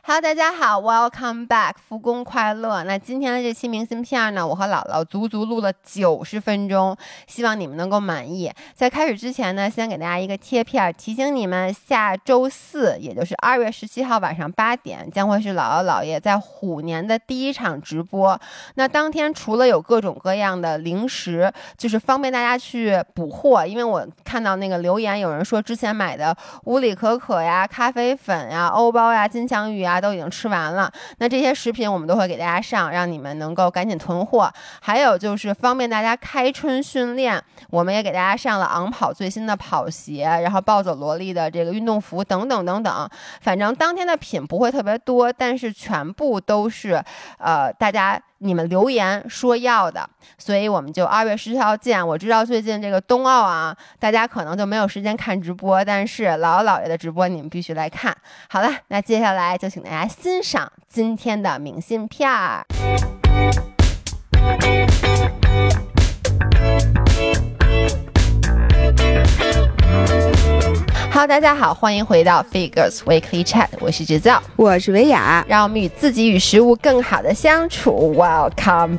Hello， 大家好 ，Welcome back， 复工快乐。那今天的这期明信片呢，我和姥姥足足录了90分钟，希望你们能够满意。在开始之前呢，先给大家一个贴片，提醒你们下周四，也就是2月17号晚上8点，将会是姥姥姥爷在虎年的第一场直播。那当天除了有各种各样的零食，就是方便大家去补货，因为我看到那个留言，有人说之前买的乌里可可呀、咖啡粉呀、欧包呀、金枪鱼啊都已经吃完了。那这些食品我们都会给大家上，让你们能够赶紧囤货。还有就是方便大家开春训练，我们也给大家上了昂跑最新的跑鞋，然后暴走萝莉的这个运动服等等等等。反正当天的品不会特别多，但是全部都是大家你们留言说要的，所以我们就2月17号见。我知道最近这个冬奥啊，大家可能就没有时间看直播，但是姥姥姥爷的直播你们必须来看。好了，那接下来就请大家欣赏今天的明信片儿。Hello， 大家好，欢迎回到 Figures Weekly Chat， 我是制造， 我是维雅， 让我们与自己与食物更好的相处。Welcome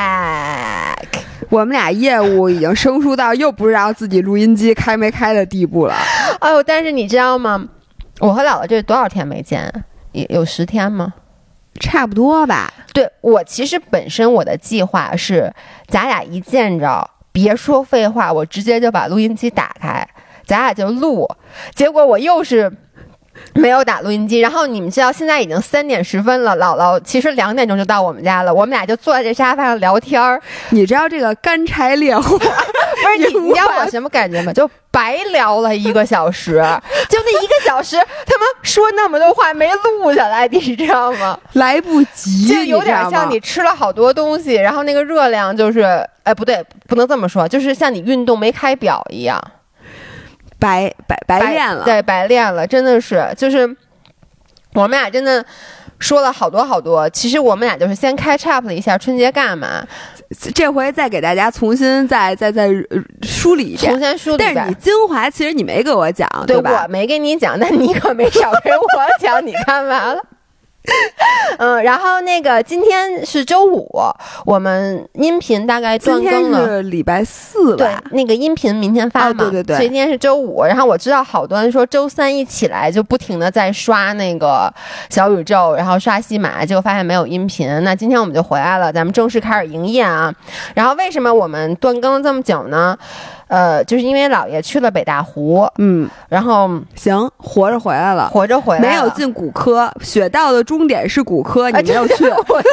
back。 我们俩业务已经生疏到又不知道自己录音机开没开的地步了。 哎呦，但是你知道吗？我和姥姥这多少天没见？有10天吗？ 差不多吧。 对，我其实本身我的计划是，咱俩一见着，别说废话，我直接就把录音机打开。咱俩就录，结果我又是没有打录音机。然后你们知道现在已经3点10分了，姥姥其实2点钟就到我们家了，我们俩就坐在这沙发上聊天儿。 你知道这个干柴烈火不是你知道我什么感觉吗？就白聊了1个小时，就那1个小时他们说那么多话没录下来，你知道吗？ 来不及， 就有点像你吃了好多东西，然后那个热量就是不对，不能这么说，就是像你运动没开表一样， 白练了。 对，白练了，真的是，就是我们俩真的说了好多好多。其实我们俩就是先catch up了一下春节干嘛， 这回再给大家重新再梳理一遍， 重新梳理一遍。 但是你精华其实你没给我讲， 对吧？ 我没给你讲，但你可没少给我讲，你看完了。然后那个今天是周五，我们音频大概断更了。 今天是礼拜4吧？ 对，那个音频明天发嘛。 对对对。 所以今天是周五，然后我知道好多人说周3一起来就不停的在刷那个小宇宙，然后刷西马，结果发现没有音频。那今天我们就回来了，咱们正式开始营业啊。然后为什么我们断更了这么久呢？就是因为姥爷去了北大湖，然后行，活着回来了，没有进骨科，雪道的终点是骨科，你没有去。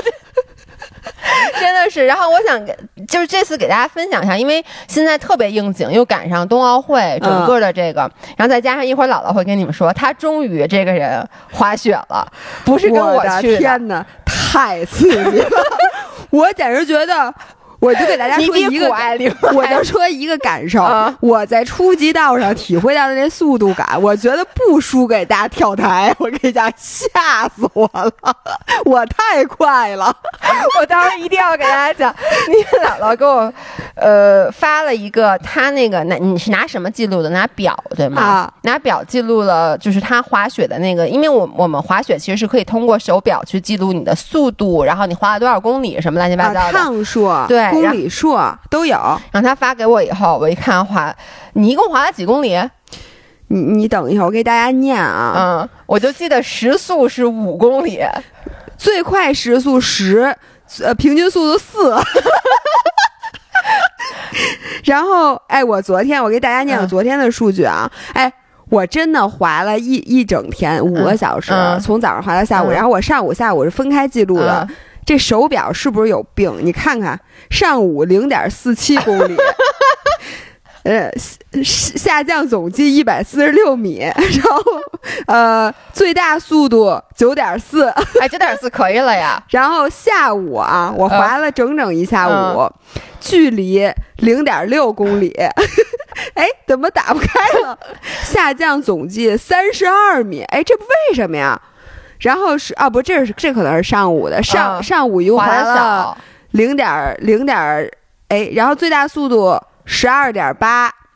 真的是，然后我想就是这次给大家分享一下，因为现在特别应景，又赶上冬奥会整个的这个，然后再加上一会儿姥姥会跟你们说，他终于这个人滑雪了，不是跟我去的。 天哪，太刺激了！我简直觉得。我就给大家说一个，我就说一个感受，我在初级道上体会到的那速度感，我觉得不输给大家跳台。我跟你讲，吓死我了，我太快了。 我当时一定要给大家讲，你姥姥给我发了一个，他那个你是拿什么记录的？拿表对吗？拿表记录了，就是他滑雪的那个，因为我们滑雪其实是可以通过手表去记录你的速度，然后你滑了多少公里什么乱七八糟的， 趟数对。 公里数都有。 然后他发给我以后，我一看你一共滑了几公里？ 你等一会儿，我给大家念啊。 我就记得时速是5公里， 最快时速10，平均速度4。然后，我昨天我给大家念我昨天的数据啊，我真的滑了一整天5个小时，从早上滑到下午，然后我上午下午是分开记录的。这手表是不是有病？你看看，上午0.47公里，下降总计146米，然后最大速度9.4， 9.4可以了呀。 然后下午啊，我滑了整整一下午，距离0.6公里，怎么打不开了？下降总计32米，这不为什么呀？然后是这可能是上午的，上午又滑了0.0，然后最大速度12.8，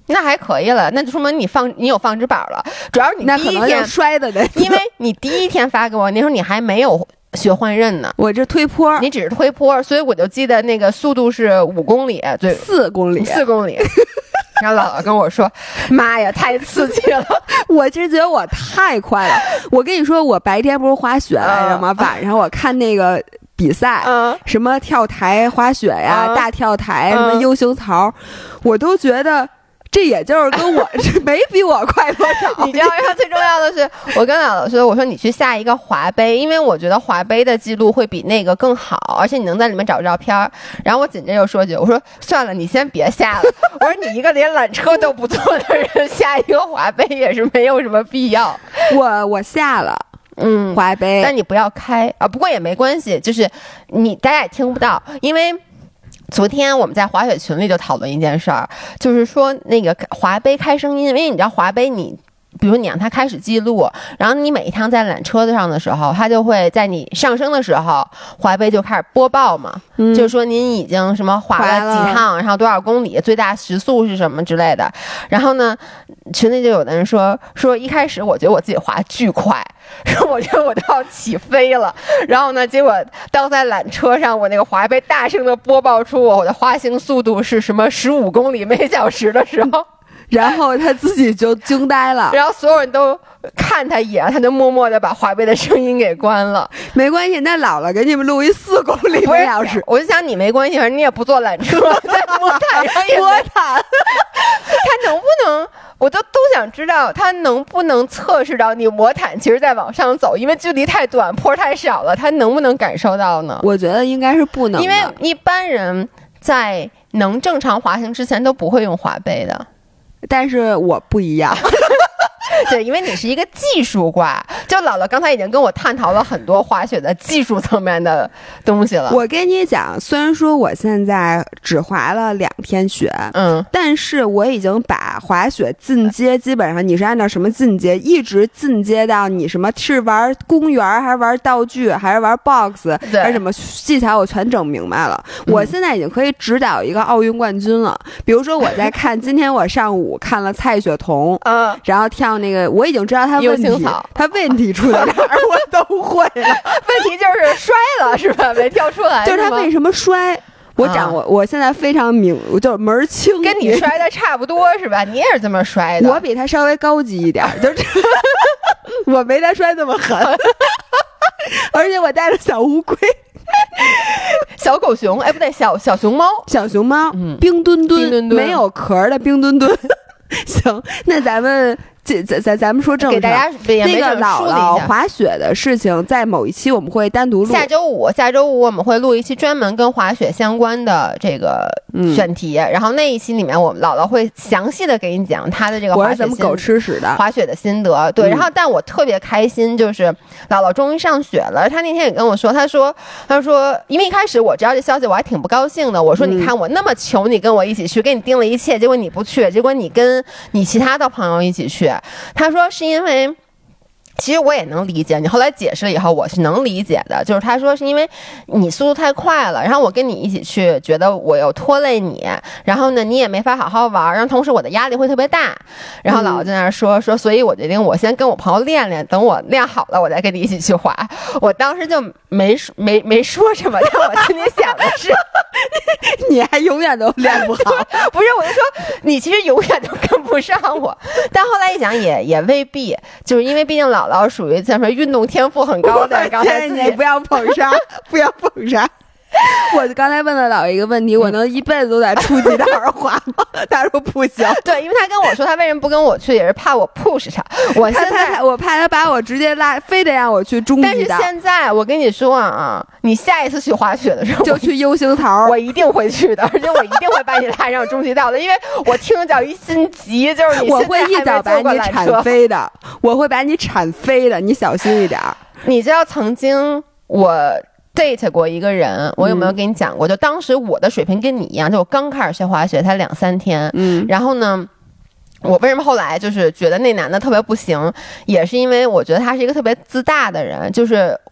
那还可以了，那就说明你有放置板了。主要是你第一天摔的， 因为你第一天发给我那时候你还没有学换刃呢， 我这推坡， 你只是推坡，所以我就记得那个速度是5公里，对 ，4公里。 然后姥姥跟我说：“妈呀，太刺激了！” 我就觉得我太快了。我跟你说，我白天不是滑雪来着吗？晚上我看那个比赛，什么跳台滑雪呀，大跳台，什么 U 型槽，我都觉得。这也就是跟我是没比我快多少。 你知道，最重要的是，我跟姥姥说，我说你去下一个滑杯，因为我觉得滑杯的记录会比那个更好，而且你能在里面找照片。然后我紧接着又说句，我说算了，你先别下了。我说你一个连缆车都不坐的人，下一个滑杯也是没有什么必要。 我下了。滑杯， 但你不要开啊。不过也没关系，就是大家也听不到，因为。昨天我们在滑雪群里就讨论一件事儿，就是说那个滑杯开声音，因为你知道滑杯比如你让它开始记录，然后你每一趟在缆车子上的时候，它就会在你上升的时候，滑杯就开始播报嘛，就是说您已经什么滑了几趟，然后多少公里，最大时速是什么之类的。然后呢，群里就有的人说一开始我觉得我自己滑巨快，我觉得我都要起飞了。然后呢，结果当在缆车上，我那个滑杯大声的播报出我的滑行速度是什么15公里每小时的时候。 然后他自己就惊呆了， 然后所有人都看他一眼，他就默默的把滑杯的声音给关了。 没关系，那姥姥给你们录一4公里每小时， 我就想你没关系，反正你也不坐缆车，在魔毯上也魔毯， 他能不能？我都想知道他能不能测试到你魔毯其实在往上走，因为距离太短，坡太少了，他能不能感受到呢？ 我觉得应该是不能的， 因为一般人在能正常滑行之前都不会用滑杯的。 但是我不一样。 对，因为你是一个技术挂，就姥姥刚才已经跟我探讨了很多滑雪的技术层面的东西了。 我跟你讲，虽然说我现在只滑了2天雪，但是我已经把滑雪进阶，基本上你是按照什么进阶，一直进阶到你什么是玩公园还是玩道具还是玩 box 还是什么技巧，我全整明白了。我现在已经可以指导一个奥运冠军了。比如说我在看，今天我上午看了蔡雪桐，然后跳那个，我已经知道他问题出在哪儿，我都会了。 问题就是摔了，是吧？没跳出来， 就是他为什么摔。我现在非常就是门儿清， 跟你摔的差不多是吧？你也是这么摔的， 我比他稍微高级一点，就是我没他摔那么狠，而且我带着小乌龟。 小狗熊，哎，不对，小熊猫， 冰墩墩，没有壳的冰墩墩。行，那咱们说正事， 给大家那个姥姥滑雪的事情，在某一期我们会单独录。 下周五我们会录一期专门跟滑雪相关的这个选题，然后那一期里面我们姥姥会详细的给你讲她的这个滑雪怎么狗吃屎的滑雪的心得。对，然后但我特别开心，就是姥姥终于上雪了。她那天也跟我说，她说，因为一开始我知道这消息我还挺不高兴的。我说你看我那么穷，你跟我一起去，给你订了一切，结果你不去，结果你跟你其他的朋友一起去。他说是因为其实我也能理解，你后来解释了以后我是能理解的，就是他说是因为你速度太快了，然后我跟你一起去觉得我又拖累你，然后呢你也没法好好玩，然后同时我的压力会特别大，然后姥姥在那说所以我决定我先跟我朋友练练，等我练好了我再跟你一起去滑。我当时就没说什么，但我心里想的是你还永远都练不好。 不是，我就说你其实永远都跟不上我，但后来一想也未必，就是因为毕竟姥姥属于像说运动天赋很高的，刚才你不要捧杀，不要捧杀。我刚才问了姥爷一个问题，我能一辈子都在初级道上滑吗？他说不行。 对，因为他跟我说他为什么不跟我去，也是怕我 push 他。 我怕他把我直接拉，非得让我去中级道。 但是现在我跟你说啊，你下一次去滑雪的时候就去 U 型槽， 我一定会去的，而且我一定会把你拉上中级道的，因为我听着叫一心急，就是你我会一脚把你铲飞的，我会把你铲飞的，你小心一点。 你知道曾经我date 过一个人，我有没有跟你讲过？就当时我的水平跟你一样，就我刚开始学滑雪才2-3天，然后呢，我为什么后来就是觉得那男的特别不行，也是因为我觉得他是一个特别自大的人，就是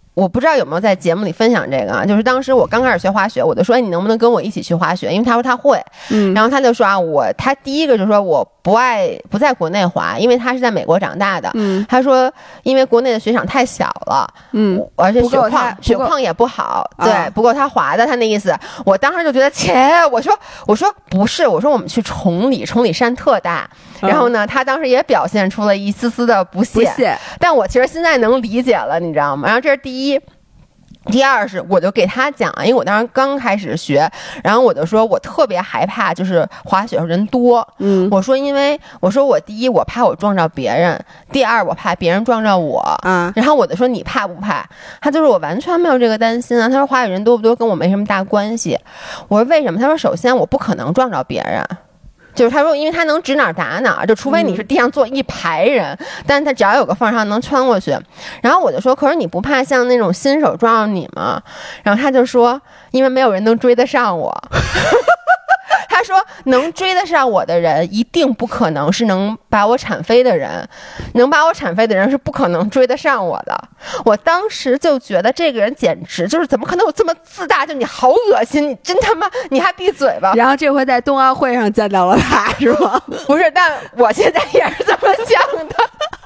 我不知道有没有在节目里分享这个啊，就是当时我刚开始学滑雪，我就说，哎，你能不能跟我一起去滑雪？因为他说他会，然后他就说啊，他第一个就说我不在国内滑，因为他是在美国长大的，他说因为国内的雪场太小了，而且雪况也不好，对，不够他滑的，他那意思，我当时就觉得我说不是，我说我们去崇礼山特大，然后呢，他当时也表现出了一丝丝的不屑，但我其实现在能理解了，你知道吗？然后这是第一。第二是，我就给他讲，因为我当时刚开始学，然后我就说我特别害怕，就是滑雪人多。我说我第一我怕我撞着别人，第二我怕别人撞着我。然后我就说你怕不怕？他就说我完全没有这个担心啊。他说滑雪人多不多跟我没什么大关系。我说为什么？他说首先我不可能撞着别人。就是他说，因为他能指哪儿打哪儿，就除非你是地上坐一排人，但是他只要有个缝上能穿过去。然后我就说，可是你不怕像那种新手撞上你吗？然后他就说，因为没有人能追得上我。他说能追得上我的人一定不可能是能把我铲飞的人，能把我铲飞的人是不可能追得上我的。我当时就觉得这个人简直就是怎么可能有这么自大，就你好恶心，你真他妈你还闭嘴吧。 然后这回在冬奥会上见到了他是吗？ 不是，但我现在也是这么想的。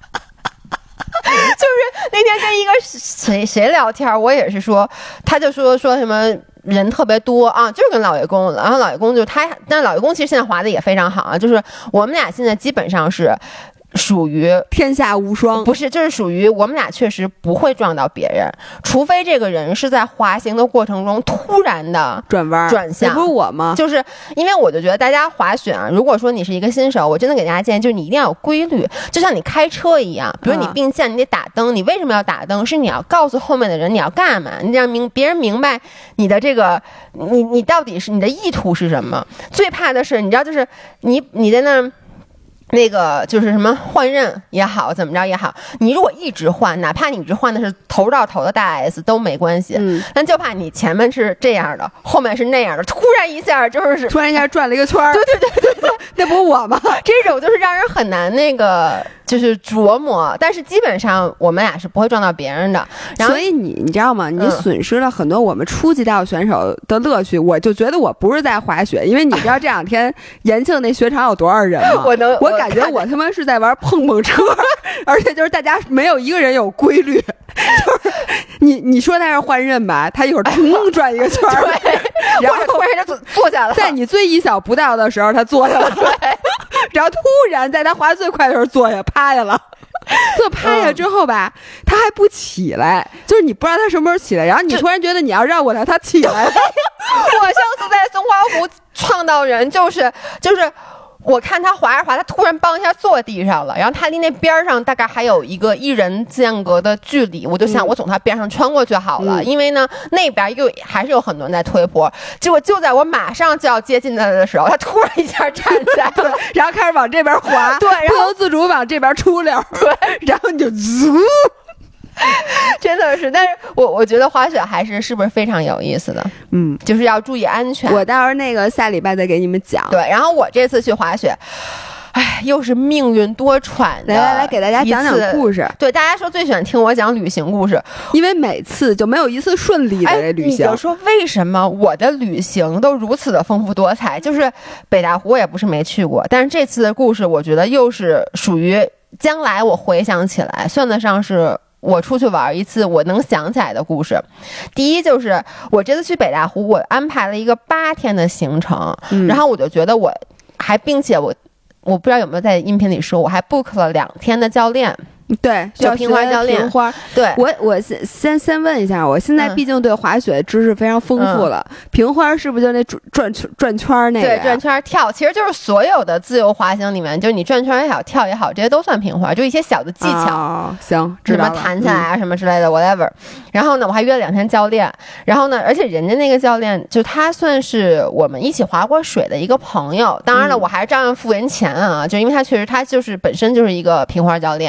就是那天跟一个谁聊天，我也是说，他就说什么人特别多啊，就是跟老爷公，然后老爷公就但老爷公其实现在滑的也非常好啊，就是我们俩现在基本上是属于天下无双， 不是，就是属于我们俩确实不会撞到别人，除非这个人是在滑行的过程中突然的转向。 这不是我吗？ 就是因为我就觉得大家滑雪啊，如果说你是一个新手，我真的给大家建议，就是你一定要有规律，就像你开车一样，比如你并线，你得打灯，你为什么要打灯？是你要告诉后面的人你要干嘛，你让别人明白你的这个你到底是你的意图是什么。最怕的是，你知道，就是你在那个就是什么换刃也好，怎么着也好，你如果一直换，哪怕你一直换的是头到头的大 S 都没关系，但就怕你前面是这样的，后面是那样的，突然一下转了一个圈儿， 对， 那不是我吗？ 这种就是让人很难那个就是琢磨，但是基本上我们俩是不会撞到别人的。然后所以你知道吗？你损失了很多我们初级道选手的乐趣。我就觉得我不是在滑雪，因为你知道这两天延庆那雪场有多少人吗？我感觉我他妈是在玩碰碰车，而且就是大家没有一个人有规律。就是你说他是换刃吧，他一会儿突转一个圈儿， 然后突然就坐下了， 在你最意想不到的时候他坐下了，然后突然在他滑最快的时候坐下趴下了。坐趴下之后吧，他还不起来，就是你不知道他什么时候起来，然后你突然觉得你要绕过他，他起来了。 我上次在松花湖撞到人，就是我看他滑着滑，他突然梆一下坐地上了，然后他离那边上大概还有一个1人间隔的距离，我就想我从他边上穿过去好了，因为呢那边又还是有很多人在推坡，结果就在我马上就要接近他的时候，他突然一下站起来了， 然后开始往这边滑， 对，然后不由自主往这边出溜， 对， 然后你就滋。 真的是，但是我觉得滑雪还是不是非常有意思的，就是要注意安全。 我到时候那个下礼拜再给你们讲。 对，然后我这次去滑雪，又是命运多舛的。 来给大家讲讲故事。 对，大家说最喜欢听我讲旅行故事， 因为每次就没有一次顺利的旅行。 你就说为什么我的旅行都如此的丰富多彩？就是北大湖我也不是没去过，但是这次的故事我觉得又是属于将来我回想起来算得上是我出去玩一次我能想起来的故事。第一就是我这次去北大湖，我安排了一个8天的行程，然后我就觉得并且我不知道有没有在音频里说，我还 book 了2天的教练。 对， 就平花教练。 平花，对，我先问一下，我现在毕竟对滑雪的知识非常丰富了。平花是不是就那转圈那个？ 对，转圈跳，其实就是所有的自由滑行里面，就是你转圈也好，跳也好，这些都算平花，就一些小的技巧。 行， 什么弹起来啊，什么之类的 ，whatever。然后呢，我还约了2天教练，然后呢，而且人家那个教练就他算是我们一起滑过水的一个朋友。当然了，我还是照样付人钱啊，就因为他确实他就是本身就是一个平花教练。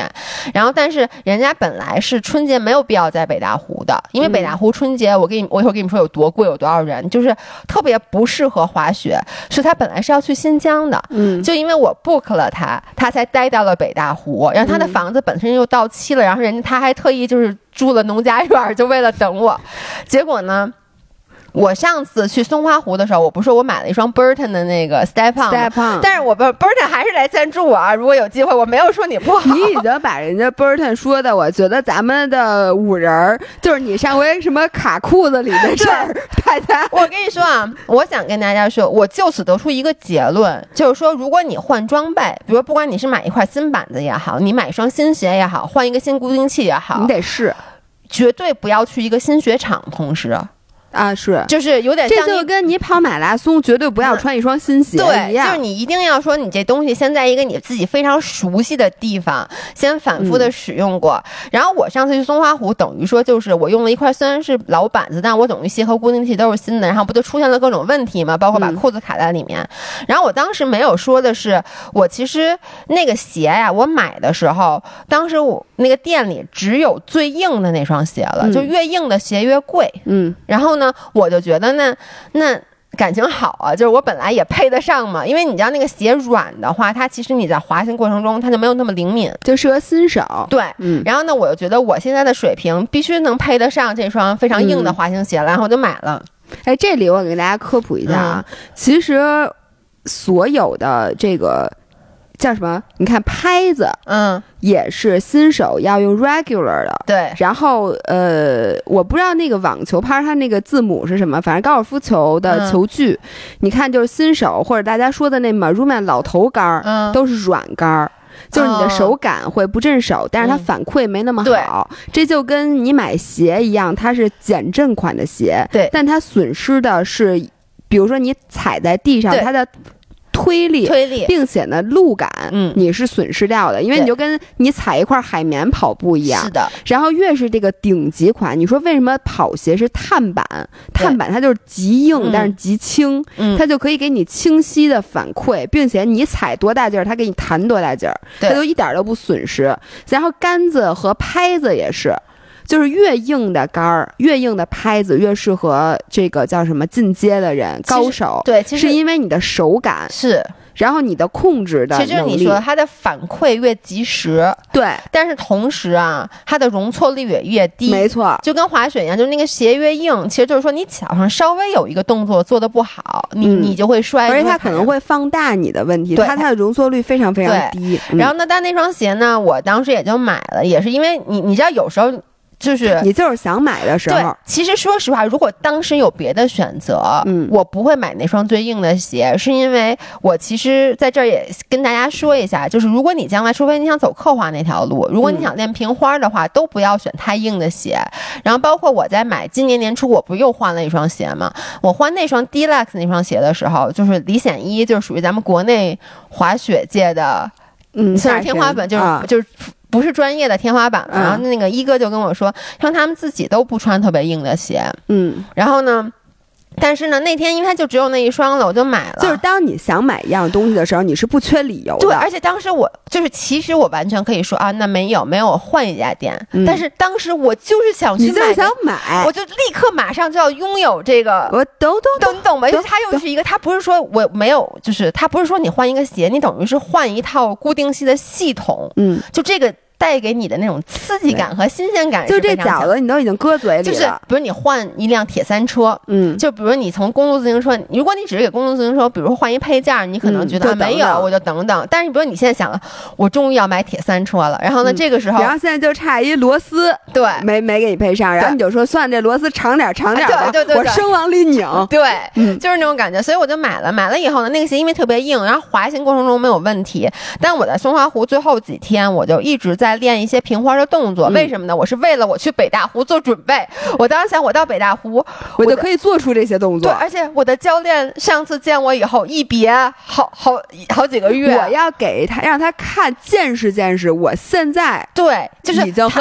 然后但是人家本来是春节没有必要在北大湖的，因为北大湖春节我一会儿跟你们说有多贵，有多少人，就是特别不适合滑雪，所以他本来是要去新疆的，就因为我 book 了他才待到了北大湖，然后他的房子本身又到期了，然后他还特意就是住了农家院，就为了等我，结果呢。我上次去松花湖的时候，我不是说我买了一双 Burton 的那个 Step On， 但是我 Burton 还是来赞助我啊！如果有机会，我没有说你不好。 你已经把人家 Burton 说的，我觉得咱们的5人就是你上回什么卡裤子里的事儿，大家。 我跟你说啊，我想跟大家说，我就此得出一个结论，就是说，如果你换装备，比如不管你是买一块新板子也好，你买一双新鞋也好，换一个新固定器也好， 你得试， 绝对不要去一个新雪场，同时。 啊，是， 就是有点像这就跟你跑马拉松绝对不要穿一双新鞋一样， 对，就是你一定要说你这东西先在一个你自己非常熟悉的地方先反复的使用过。然后我上次去松花湖，等于说就是我用了一块虽然是老板子，但我等于鞋和固定器都是新的，然后不就出现了各种问题嘛，包括把裤子卡在里面。然后我当时没有说的是，我其实那个鞋呀，我买的时候，当时我那个店里只有最硬的那双鞋了，就越硬的鞋越贵。然后呢，我就觉得那感情好啊，就是我本来也配得上嘛，因为你知道那个鞋软的话，它其实你在滑行过程中它就没有那么灵敏， 就适合新手。 对，然后呢，我就觉得我现在的水平必须能配得上这双非常硬的滑行鞋了，然后我就买了。 哎，这里我给大家科普一下啊，其实所有的这个叫什么？你看拍子，也是新手要用 regular 的， 对。 然后我不知道那个网球拍它那个字母是什么，反正高尔夫球的球具，你看就是新手或者大家说的那 Maruman 老头杆，都是软杆。就是你的手感会不正手，但是它反馈没那么好。这就跟你买鞋一样，它是减震款的鞋， 对， 但它损失的是，比如说你踩在地上，它的推力，并且呢路感，你是损失掉的，因为你就跟你踩一块海绵跑步一样。 是的。 然后越是这个顶级款，你说为什么跑鞋是碳板？碳板它就是极硬，但是极轻，它就可以给你清晰的反馈，并且你踩多大劲儿，它给你弹多大劲儿，它就一点都不损失。然后杆子和拍子也是。就是越硬的杆儿，越硬的拍子，越适合这个叫什么进阶的人、高手。 对，其实是因为你的手感是， 然后你的控制的能力， 其实就是你说它的反馈越及时， 对， 但是同时啊，它的容错率也越低。 没错， 就跟滑雪一样，就是那个鞋越硬，其实就是说你脚上稍微有一个动作做得不好，你就会摔， 而且它可能会放大你的问题，它的容错率非常非常低。 然后呢，但那双鞋呢，我当时也就买了，也是因为你知道有时候。就是你就是想买的时候， 对，其实说实话，如果当时有别的选择，我不会买那双最硬的鞋，是因为我其实在这儿也跟大家说一下，就是如果你将来，除非你想走刻滑那条路，如果你想练平花的话，都不要选太硬的鞋。然后包括我在买今年年初，我不是又换了一双鞋嘛？我换那双 Deluxe 那双鞋的时候，就是李显一，就是属于咱们国内滑雪界的，算是天花板，就是不是专业的天花板了。然后那个一哥就跟我说，像他们自己都不穿特别硬的鞋，然后呢，但是呢，那天因为它就只有那一双了，我就买了。 就是当你想买一样东西的时候，你是不缺理由的。 对，而且当时我就是，其实我完全可以说啊，那没有，我换一家店。但是当时我就是想去买， 你就是想买， 我就立刻马上就要拥有这个。 我你懂吧？因为它又是一个，它不是说我没有，就是它不是说你换一个鞋，你等于是换一套固定器的系统。就这个。带给你的那种刺激感和新鲜感， 就这饺子你都已经搁嘴里了。 就是比如你换一辆铁三车，就比如你从公路自行车，如果你只是给公路自行车，比如说换一配件，你可能觉得没有，我就等等。但是比如你现在想了，我终于要买铁三车了，然后呢，这个时候， 然后现在就差一螺丝， 对， 没给你配上，然后你就说算这螺丝长点吧， 对， 我生往里拧， 对，就是那种感觉。所以我就买了以后呢，那个鞋因为特别硬，然后滑行过程中没有问题。但我在松花湖最后几天，我就一直在练一些平花的动作，为什么呢？我是为了我去北大湖做准备。我当时想，我到北大湖， 我就可以做出这些动作。 对，而且我的教练上次见我以后，一别好几个月， 我要给他让他看见识，我现在对，就是已经和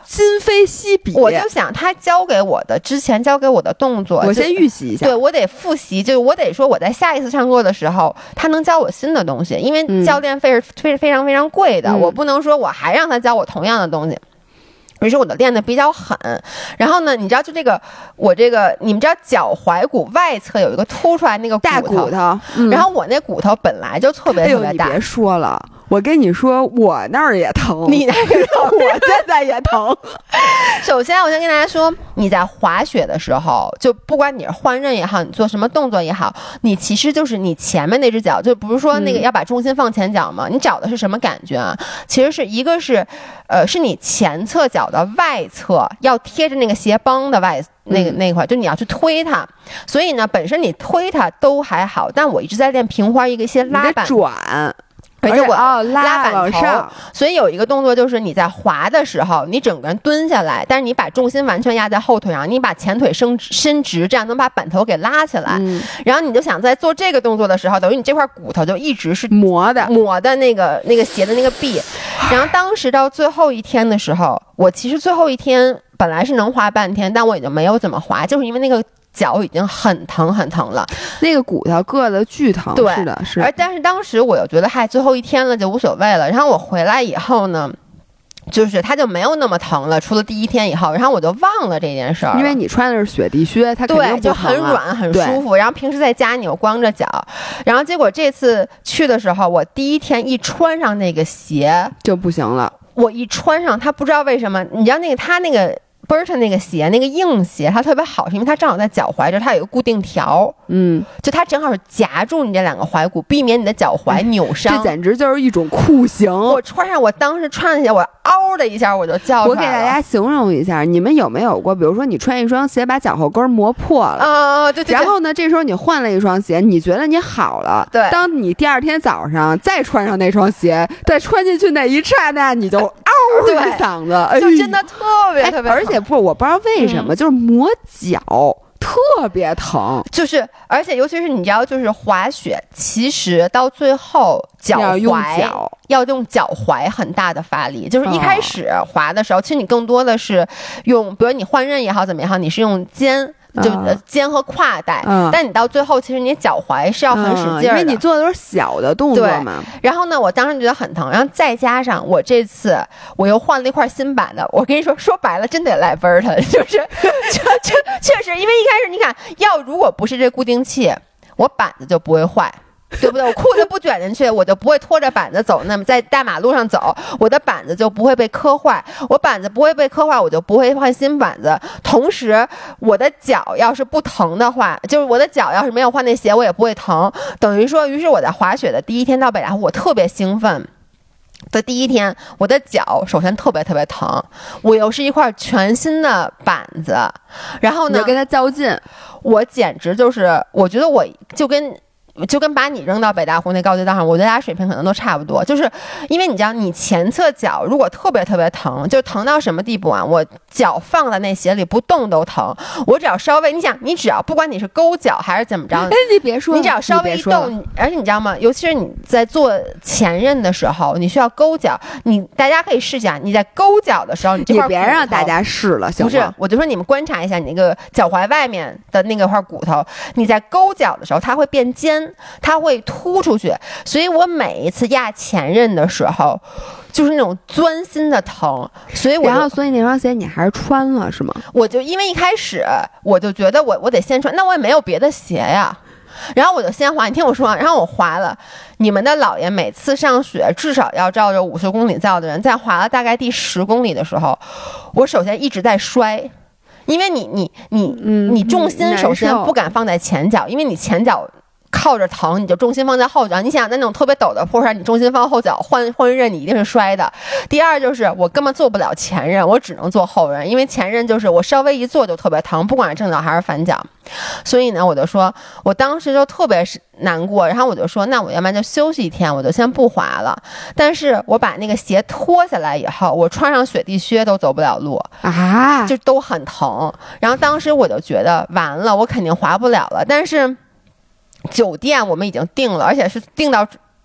今非昔比。 我就想他之前教给我的动作， 我先预习一下。 对，我得复习，就是我得说我在下一次上课的时候，他能教我新的东西，因为教练费是非常非常贵的，我不能说我还让他教我同样的东西。于是我就练得比较狠，然后呢，你知道就你们知道脚踝骨外侧有一个凸出来那个大骨头， 然后我那骨头本来就特别特别大。 你别说了，我跟你说，我那儿也疼， 你那个疼， 我现在也疼。 首先，我先跟大家说，你在滑雪的时候，就不管你是换刃也好，你做什么动作也好，你其实就是你前面那只脚，就不是说那个要把重心放前脚嘛，你找的是什么感觉啊？其实是一个是，是你前侧脚的外侧要贴着那个鞋帮的那块，就你要去推它。所以呢，本身你推它都还好，但我一直在练平花一些拉板转。 而且我拉板头，所以有一个动作就是你在滑的时候，你整个人蹲下来，但是你把重心完全压在后腿上，你把前腿伸直，这样能把板头给拉起来。然后你就想在做这个动作的时候，等于你这块骨头就一直是磨的那个鞋的那个壁。然后当时到最后一天的时候，我其实最后一天本来是能滑半天，但我已经没有怎么滑，就是因为那个脚已经很疼了， 那个骨头硌得巨疼。 对， 是的，是。 但是当时我又觉得，最后一天了就无所谓了。然后我回来以后呢，就是它就没有那么疼了，除了第一天以后，然后我就忘了这件事儿。 因为你穿的是雪地靴，它肯定不疼， 对，就很软很舒服。然后平时在家你又光着脚，然后结果这次去的时候，我第一天一穿上那个鞋就不行了。 我一穿上，它不知道为什么，你知道它那个。Burton 那个鞋，那个硬鞋，它特别好，是因为它正好在脚踝这，它有一个固定条，就它正好是夹住你这两个踝骨，避免你的脚踝扭伤。 这简直就是一种酷刑。 我当时穿上鞋，我嗷的一下我就叫出来了。 我给大家形容一下，你们有没有过，比如说你穿一双鞋把脚后跟磨破了， 对。 然后呢，这时候你换了一双鞋，你觉得你好了， 对。 当你第二天早上再穿上那双鞋，再穿进去那一刹那，你就对嗓子， 就真的特别特别疼。 而且我不知道为什么，就是磨脚特别疼， 就是而且尤其是你知道，就是滑雪，其实到最后要用脚踝很大的发力，就是一开始滑的时候，其实你更多的是用，比如你换刃也好怎么也好，你是用肩。就肩和胯带，但你到最后其实你脚踝是要很使劲的， 因为你做的都是小的动作嘛。 然后呢，我当时觉得很疼，然后再加上我这次我又换了一块新板的，我跟你说白了真得赖Burton，就是确实，因为一开始你看，如果不是这固定器，我板子就不会坏。对不对？我裤子不卷进去，我就不会拖着板子走。那么在大马路上走，我的板子就不会被磕坏。我板子不会被磕坏，我就不会换新板子。同时，我的脚要是不疼的话，就是我的脚要是没有换那鞋，我也不会疼。等于说，于是我在滑雪的第一天到北大湖，我特别兴奋。的第一天，我的脚首先特别特别疼，我又是一块全新的板子，然后呢， 你就跟它较劲， 我简直就是，我觉得我就跟把你扔到北大湖那高级道上，我觉得大家水平可能都差不多。就是因为你知道，你前侧脚如果特别特别疼，就疼到什么地步啊？我脚放在那鞋里不动都疼。我只要稍微，你只要不管你是勾脚还是怎么着， 你别说， 你只要稍微一动，而且你知道吗？尤其是你在做前刃的时候，你需要勾脚。大家可以试一下，你在勾脚的时候，你这块你别让大家试了，行吗？ 不是，我就说你们观察一下你那个脚踝外面的那个块骨头，你在勾脚的时候，它会变尖。它会凸出去，所以我每一次压前刃的时候，就是那种钻心的疼。所以那双鞋你还是穿了是吗？ 我就因为一开始我就觉得我得先穿，那我也没有别的鞋呀。然后我就先滑，你听我说，然后我滑了。你们的姥爷每次上学至少要照着50公里造的人，在滑了大概第10公里的时候，我首先一直在摔。因为你重心首先不敢放在前脚，因为你前脚靠着疼，你就重心放在后脚。你想在那种特别陡的坡上，你重心放后脚，换刃你一定是摔的。第二就是我根本做不了前刃，我只能做后刃，因为前刃就是我稍微一做就特别疼，不管是正脚还是反脚。所以呢，我就说我当时就特别难过，然后我就说那我要不然就休息一天，我就先不滑了。但是我把那个鞋脱下来以后，我穿上雪地靴都走不了路啊， 就都很疼。然后当时我就觉得完了，我肯定滑不了了。但是酒店我们已经订了，而且是订到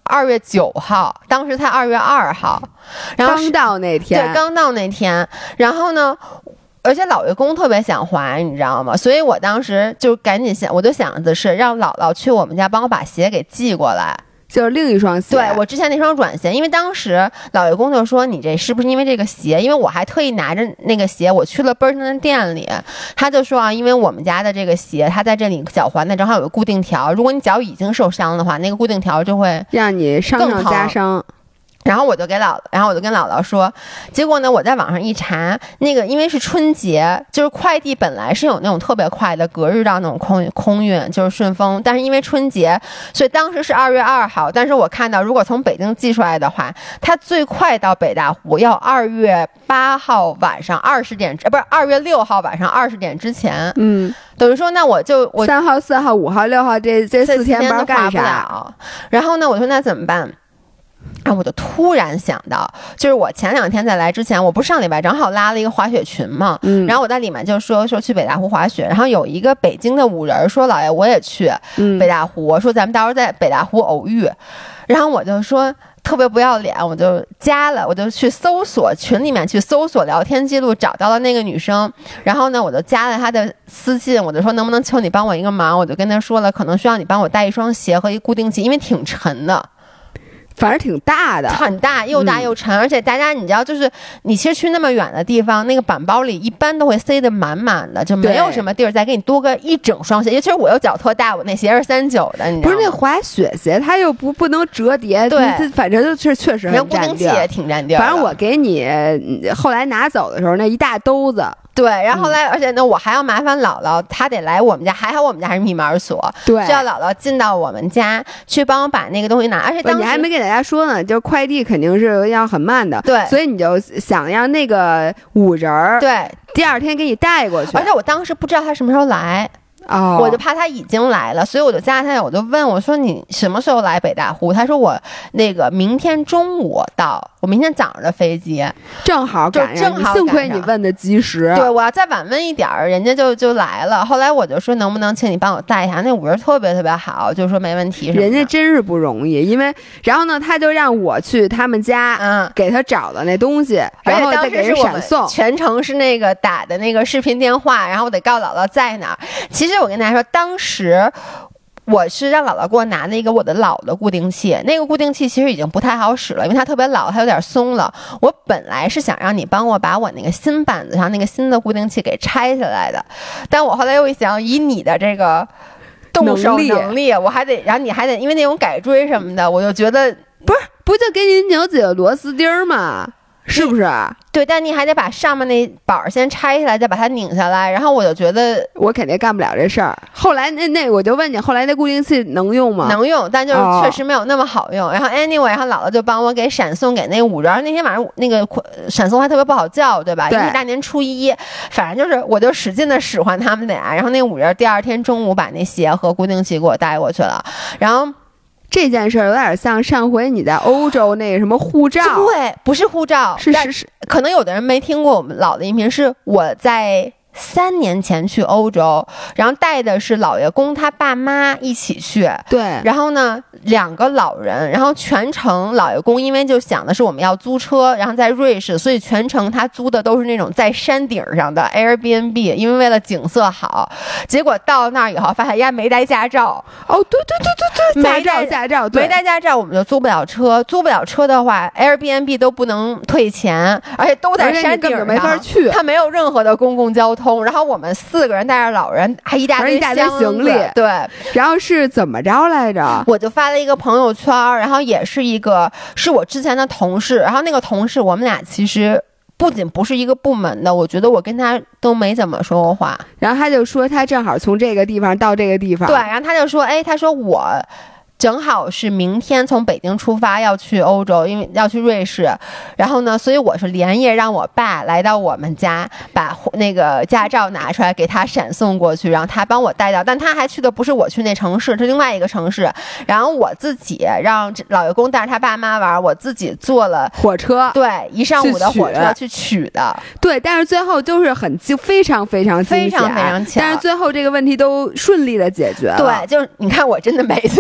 2月9号，当时才2月2号，然后刚到那天， 对，刚到那天，然后呢，而且老爷公特别想还，你知道吗？所以我当时就赶紧想，我就想的是让姥姥去我们家帮我把鞋给寄过来。 就是另一双鞋， 对，我之前那双软鞋，因为当时老爷公就说你这是不是因为这个鞋？因为我还特意拿着那个鞋，我去了 Burton 店里，他就说啊，因为我们家的这个鞋，它在这里脚环呢正好有个固定条，如果你脚已经受伤的话，那个固定条就会让你伤上加伤。 然后我就跟姥姥说，结果呢，我在网上一查，那个因为是春节，就是快递本来是有那种特别快的隔日到那种空运，就是顺丰，但是因为春节，所以当时是2月2号，但是我看到如果从北京寄出来的话，它最快到北大湖要2月8号晚上20点，不是2月6号晚上20点之前，等于说那我 3号、4号、5号、6号这4天不知道干啥， 然后呢，我说那怎么办？啊！我就突然想到，就是我前2天在来之前，我不是上礼拜正好拉了一个滑雪群嘛，然后我在里面就说去北大湖滑雪，然后有一个北京的5人说老爷我也去北大湖，说咱们到时候在北大湖偶遇，然后我就说特别不要脸，我就加了，我就去搜索群里面去搜索聊天记录，找到了那个女生，然后呢我就加了她的私信，我就说能不能求你帮我一个忙，我就跟她说了，可能需要你帮我带一双鞋和一固定器，因为挺沉的。 反正挺大的， 很大，又大又沉，而且大家你知道，就是你其实去那么远的地方，那个板包里一般都会塞得满满的，就没有什么地儿再给你多个一整双鞋。尤其是我又脚特大，我那鞋是39的，你知道吗？ 不是那滑雪鞋，它又不能折叠， 对， 反正就是确实很占地儿。 固定器也挺占地儿。 反正我给你后来拿走的时候，那一大兜子。 对，然后后来，而且呢，我还要麻烦姥姥，她得来我们家，还好我们家还是密码锁， 对， 需要姥姥进到我们家去帮我把那个东西拿。而且当时你还没给大家说呢，就是快递肯定是要很慢的， 对， 所以你就想让那个5人儿， 对， 第2天给你带过去。 而且我当时不知道他什么时候来。我就怕他已经来了，所以我就加他，我就问我说你什么时候来北大湖？他说我那个明天中午到，我明天早上的飞机， 正好赶上，幸亏你问的及时。 对，我要再晚问一点儿，人家就来了。后来我就说能不能请你帮我带一下？那5人特别特别好，就说没问题。 人家真是不容易，因为然后呢，他就让我去他们家，给他找的那东西，然后再给人闪送。 全程是那个打的那个视频电话，然后我得告诉姥姥在哪儿。其实我跟大家说，当时我是让姥姥给我拿了一个我的老的固定器，那个固定器其实已经不太好使了，因为它特别老，它有点松了。我本来是想让你帮我把我那个新板子上那个新的固定器给拆下来的，但我后来又一想，以你的这个动手能力，我还得，然后你还得，因为那种改锥什么的，我就觉得不就给你扭几个螺丝钉吗？是不是？ 对，但你还得把上面那板先拆下来，再把它拧下来。然后我就觉得我肯定干不了这事儿。后来那我就问你，后来那固定器能用吗？ 能用，但就是确实没有那么好用。然后 anyway， 然后姥姥就帮我给闪送给那5人。那天晚上那个闪送还特别不好叫，对吧？因为大年初一，反正就是我就使劲的使唤他们俩。然后那5人第2天中午把那鞋和固定器给我带过去了。然后这件事儿有点像上回你在欧洲那个什么护照， 对，不是护照， 是， 可能有的人没听过我们老的音频，是我在3年前去欧洲，然后带的是老爷公他爸妈一起去， 对， 然后呢2个老人，然后全程老爷公因为就想的是我们要租车，然后在瑞士，所以全程他租的都是那种在山顶上的 Airbnb， 因为为了景色好，结果到那儿以后发现人家没带驾照， 对，驾照， 没带驾照我们就租不了车，租不了车的话 Airbnb 都不能退钱，而且都在山顶上， 没法去， 他没有任何的公共交通，然后我们4个人带着老人，还一大堆行李， 对， 然后是怎么着来着？ 我就发了一个朋友圈，然后也是是我之前的同事，然后那个同事我们俩其实不仅不是一个部门的，我觉得我跟他都没怎么说过话。 然后他就说他正好从这个地方到这个地方， 对，然后他就说，他说我正好是明天从北京出发要去欧洲，因为要去瑞士，然后呢，所以我是连夜让我爸来到我们家，把那个驾照拿出来给他闪送过去，然后他帮我带到，但他还去的不是我去那城市，是另外一个城市，然后我自己让老爷公带着他爸妈玩，我自己坐了火车， 对，1上午的火车去取的， 对，但是最后都是非常非常巧， 但是最后这个问题都顺利的解决了。 对，就是你看我真的每一次出去玩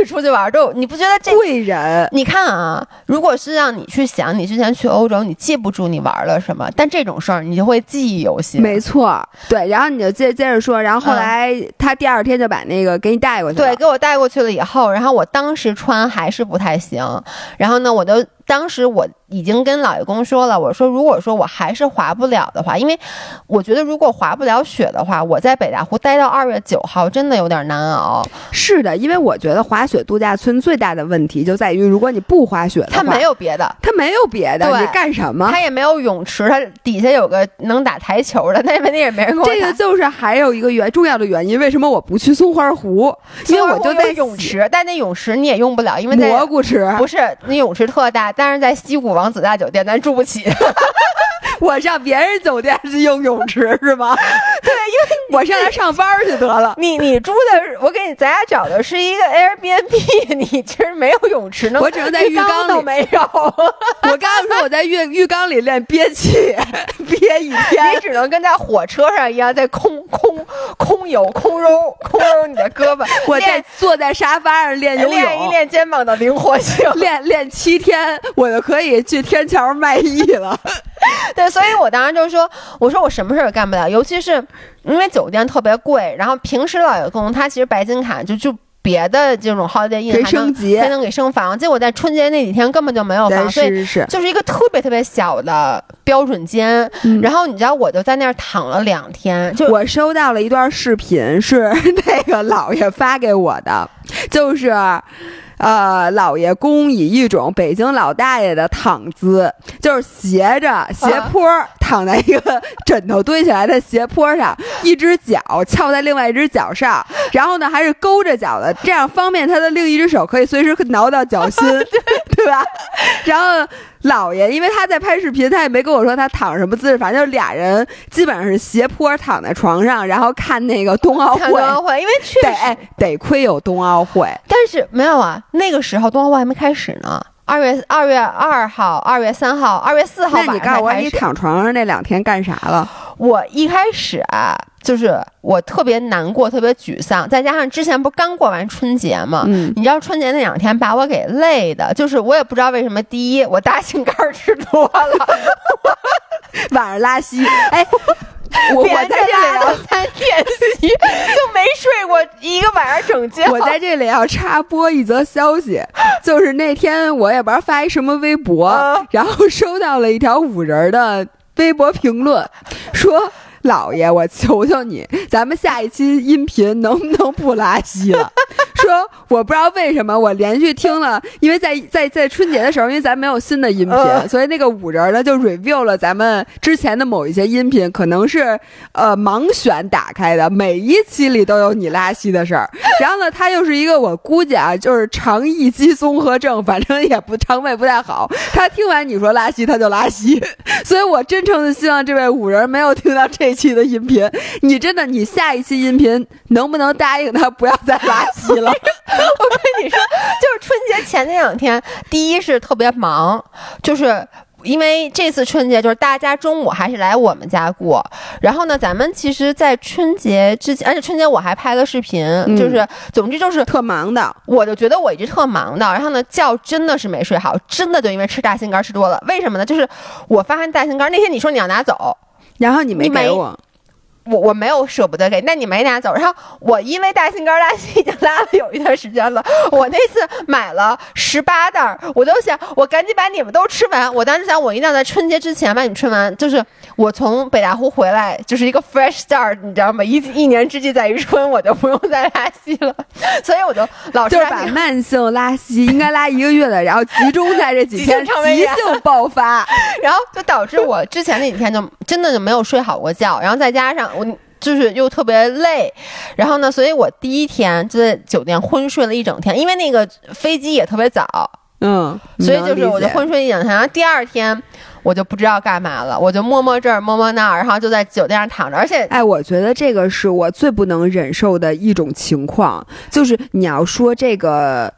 儿都有，你不觉得这贵人？ 你看啊，如果是让你去想你之前去欧洲，你记不住你玩了什么，但这种事儿你就会记忆犹新。 没错，对，然后你就接着说，然后后来他第二天就把那个给你带过去了， 对，给我带过去了以后，然后我当时穿还是不太行，然后呢，当时我已经跟老爷公说了，我说如果说我还是滑不了的话，因为我觉得如果滑不了雪的话，我在北大湖待到2月9号真的有点难熬。 是的，因为我觉得滑雪度假村最大的问题就在于，如果你不滑雪的话， 它没有别的， 你干什么？ 它也没有泳池，它底下有个能打台球的，那也没人跟我打。 这个就是还有一个重要的原因，为什么我不去松花湖？因为我就在泳池，但那泳池你也用不了，因为蘑菇池不是那泳池特大，但是在西谷王子大酒店咱住不起。 我上别人酒店去用泳池是吗？ 对，因为我上来上班去得了。 你住的，我给你咱俩找的是一个 Airbnb， 你其实没有泳池， 我只能在浴缸里都没有。 我刚刚说我在浴缸里练憋气，憋一天。 你只能跟在火车上一样，在空揉你的胳膊。 我在坐在沙发上练游泳， 练一练肩膀的灵活性， 练7天，我就可以去天桥卖艺了。 对，所以我当时就说，我说我什么事儿也干不了，尤其是因为酒店特别贵，然后平时老爷公他其实白金卡就别的这种 Holiday Inn 还能给升房，结果在春节那几天根本就没有房，所以就是一个特别特别小的标准间。然后你知道我就在那儿躺了2天，就我收到了一段视频，是那个姥爷发给我的，就是老爷公以一种北京老大爷的躺姿，就是斜坡躺在一个枕头堆起来的斜坡上，一只脚翘在另外一只脚上，然后呢还是勾着脚的，这样方便他的另一只手可以随时挠到脚心，对吧？然后姥爷因为他在拍视频，他也没跟我说他躺什么姿势，反正就俩人基本上是斜坡躺在床上，然后看那个冬奥会， 因为确实得亏有冬奥会， 但是没有啊，那个时候冬奥会还没开始呢。2月2号、2月3号、2月4号晚上开始。 那你告诉我，你躺床上那2天干啥了？ 我一开始啊，就是我特别难过，特别沮丧，再加上之前不是刚过完春节嘛，你知道春节那2天把我给累的，就是我也不知道为什么。第一，我大杏干吃多了， 晚上拉稀，哎。我在这里要3天稀，就没睡过一个晚上整觉。 我在这里要插播一则消息，就是那天我也不知道发一什么微博，然后收到了一条5人的微博评论，说老爷，我求求你，咱们下一期音频能不能不拉稀了？说我不知道为什么我连续听了，因为在春节的时候，因为咱没有新的音频，所以那个5人呢就 review 了咱们之前的某一些音频，可能是盲选打开的，每一期里都有你拉稀的事儿。然后呢，他又是一个我估计啊，就是肠易激综合症，反正也不肠胃不太好。他听完你说拉稀，他就拉稀。所以我真诚的希望这位5人没有听到这期的音频，你下一期音频能不能答应他不要再拉稀了？ 我跟你说，就是春节前那2天，第一是特别忙，就是因为这次春节就是大家中午还是来我们家过，然后呢，咱们其实在春节之前，而且春节我还拍了视频，就是总之就是特忙的， 我就觉得我一直特忙的，然后呢觉真的是没睡好，真的就因为吃大杏干吃多了。为什么呢？就是我发现大杏干那天你说你要拿走， 然后你没给我没有舍不得给，那你没拿走。然后我因为大杏干拉稀已经拉了有一段时间了，我那次买了18袋，我都想我赶紧把你们都吃完。我当时想我一定要在春节之前把你们吃完，就是我从北大湖回来就是一个 fresh start， 你知道吗？一年之计在于春，我就不用再拉稀了。所以我就老就是把慢性拉稀应该拉1个月的，然后集中在这几天急性爆发， 然后就导致我之前那几天就真的就没有睡好过觉，然后再加上我就是又特别累，然后呢，所以我第一天就在酒店昏睡了一整天，因为那个飞机也特别早，所以就是我就昏睡一整天，然后第2天我就不知道干嘛了，我就摸摸这儿摸摸那儿，然后就在酒店上躺着。而且我觉得这个是我最不能忍受的一种情况，就是你要说这个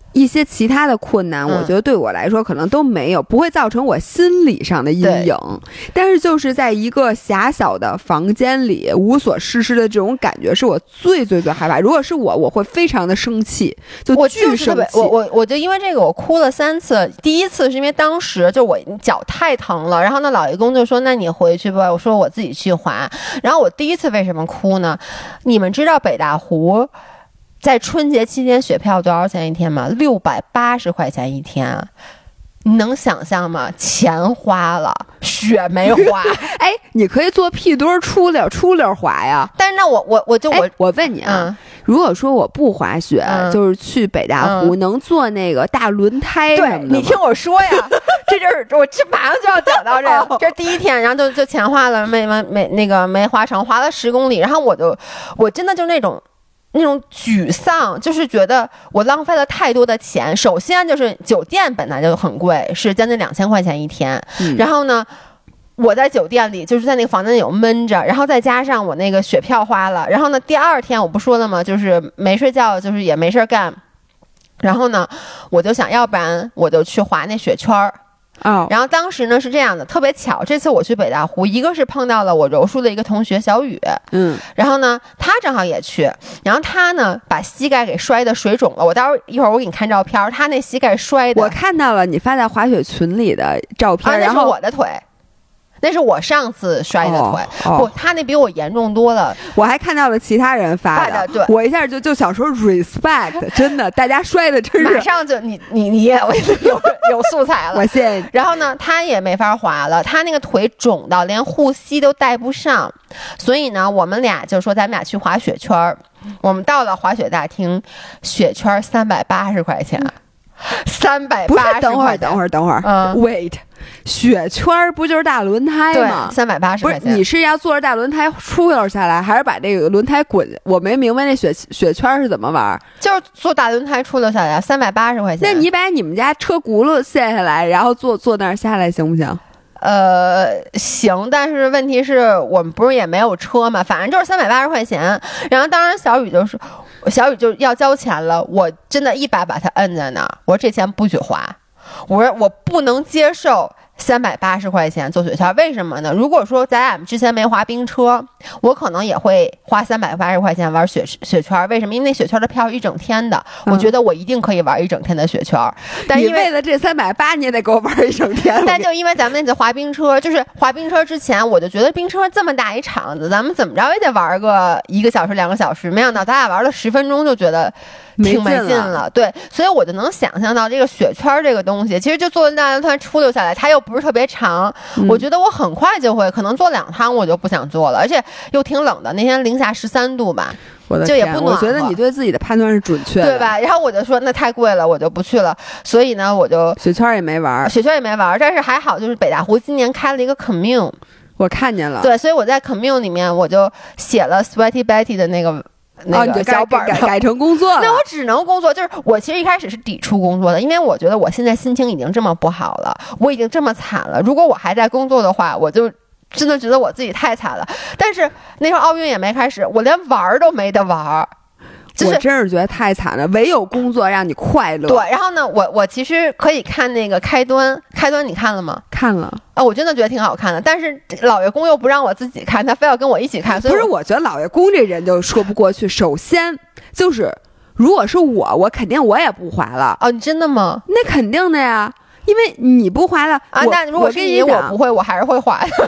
一些其他的困难，我觉得对我来说可能都没有，不会造成我心理上的阴影。但是就是在一个狭小的房间里无所事事的这种感觉，是我最害怕。如果是我会非常的生气，就巨生气。 我就因为这个我哭了3次。第一次是因为当时就我脚太疼了，然后呢老爷公就说那你回去吧，我说我自己去滑。然后我第一次为什么哭呢？你们知道北大湖在春节期间雪票多少钱一天吗？680块钱一天，你能想象吗？钱花了，雪没花。 哎，你可以坐屁墩出溜滑呀。 但是那我问你啊，如果说我不滑雪，就是去北大湖，能坐那个大轮胎什么的吗？ 对，你听我说呀，这就是我这马上就要讲到这个，这是第一天，然后就钱花了，没滑成，滑了10公里，然后我真的就那种沮丧，就是觉得我浪费了太多的钱。首先就是酒店本来就很贵，是将近2000块钱一天，然后呢我在酒店里就是在那个房间里有闷着，然后再加上我那个雪票花了，然后呢第2天我不说了吗，就是没睡觉，就是也没事干，然后呢我就想要不然我就去滑那雪圈儿。然后当时呢是这样的，特别巧，这次我去北大湖，一个是碰到了我柔术的一个同学小雨，然后呢他正好也去，然后他呢把膝盖给摔得水肿了，一会儿我给你看照片，他那膝盖摔的， 我看到了你发在滑雪群里的照片， 然后那是我的腿。那是我上次摔的腿，不，他那比我严重多了。 我还看到了其他人发的， 对， 我一下就想说 respect， 真的，大家摔的真是， 马上就你也有素材了， 我谢谢你。 然后呢，他也没法滑了，他那个腿肿到连护膝都带不上，所以呢，我们俩就说咱们俩去滑雪圈。我们到了滑雪大厅，雪圈380块钱。380 不是，等会儿，wait， 雪圈不就是大轮胎吗 ？380块钱。 不是，你是要坐着大轮胎出溜下来，还是把这个轮胎滚？我没明白那雪圈是怎么玩。 就是坐大轮胎出溜下来，380块钱。 那你把你们家车轱辘卸下来，然后坐那儿下来行不行？ 行，但是问题是我们不是也没有车嘛，反正就是380块钱。然后当然小雨就要交钱了，我真的一把他摁在那儿，我说这钱不许花，我说我不能接受380块钱坐雪橇，为什么呢？如果说咱俩之前没滑冰车，我可能也会花380块钱玩雪圈。为什么？因为那雪圈的票是一整天的，我觉得我一定可以玩一整天的雪圈。但你为了这380，你也得给我玩一整天。 但就因为咱们那次滑冰车，就是滑冰车之前，我就觉得冰车这么大一场子，咱们怎么着也得玩个1个小时2个小时，没想到咱俩玩了10分钟就觉得挺没劲了。对，所以我就能想象到这个雪圈这个东西，其实就坐大轮胎出溜下来，它又不是特别长，我觉得我很快就会，可能坐2趟我就不想坐了，而且又挺冷的，那天零下13度吧，就也不暖和。 我觉得你对自己的判断是准确的， 对吧？然后我就说那太贵了，我就不去了。所以呢，我就雪圈也没玩， 但是还好，就是北大湖今年开了一个 commune， 我看见了。 对，所以我在 commune 里面我就写了 Sweaty Betty 的那个脚本改成工作了。 那我只能工作，就是我其实一开始是抵触工作的，因为我觉得我现在心情已经这么不好了，我已经这么惨了，如果我还在工作的话，我就真的觉得我自己太惨了。但是那时候奥运也没开始，我连玩都没得玩。 我真是觉得太惨了，唯有工作让你快乐。 对，然后呢，我其实可以看那个开端，你看了吗？ 看了我真的觉得挺好看的，但是老爷公又不让我自己看，他非要跟我一起看。所以不是，我觉得老爷公这人就说不过去。首先就是，如果是我肯定我也不滑了。 你真的吗？ 那肯定的呀，因为你不滑了啊。那如果是你，我不会，我还是会滑的。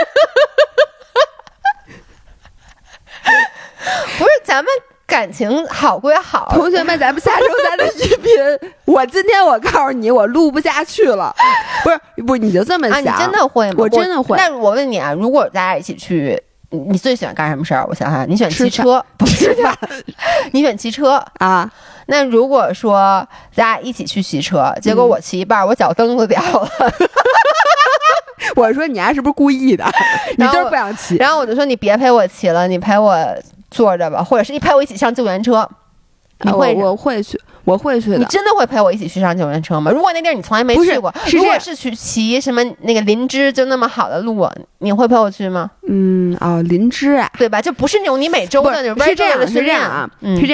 不是，咱们感情好归好， 同学们，咱们下周咱的视频，今天我告诉你，我录不下去了。不是，你就这么想？ 你真的会吗？ 我真的会。 那我问你啊，如果咱俩一起去，你最喜欢干什么事儿？我想想，你选骑车，不是你选骑车啊？ 那如果说咱俩一起去骑车，结果我骑一半，我脚蹬子掉了。 我说你是不是故意的？你就是不想骑。 然后我就说你别陪我骑了，你陪我坐着吧，或者是你陪我一起上救援车。你会？ 我会去的。 你真的会陪我一起去上救援车吗？如果那地儿你从来没去过，如果是去骑什么那个林芝就那么好的路，你会陪我去吗？ 林芝啊， 对吧？就不是那种你每周的那种。 是这样啊，是这样。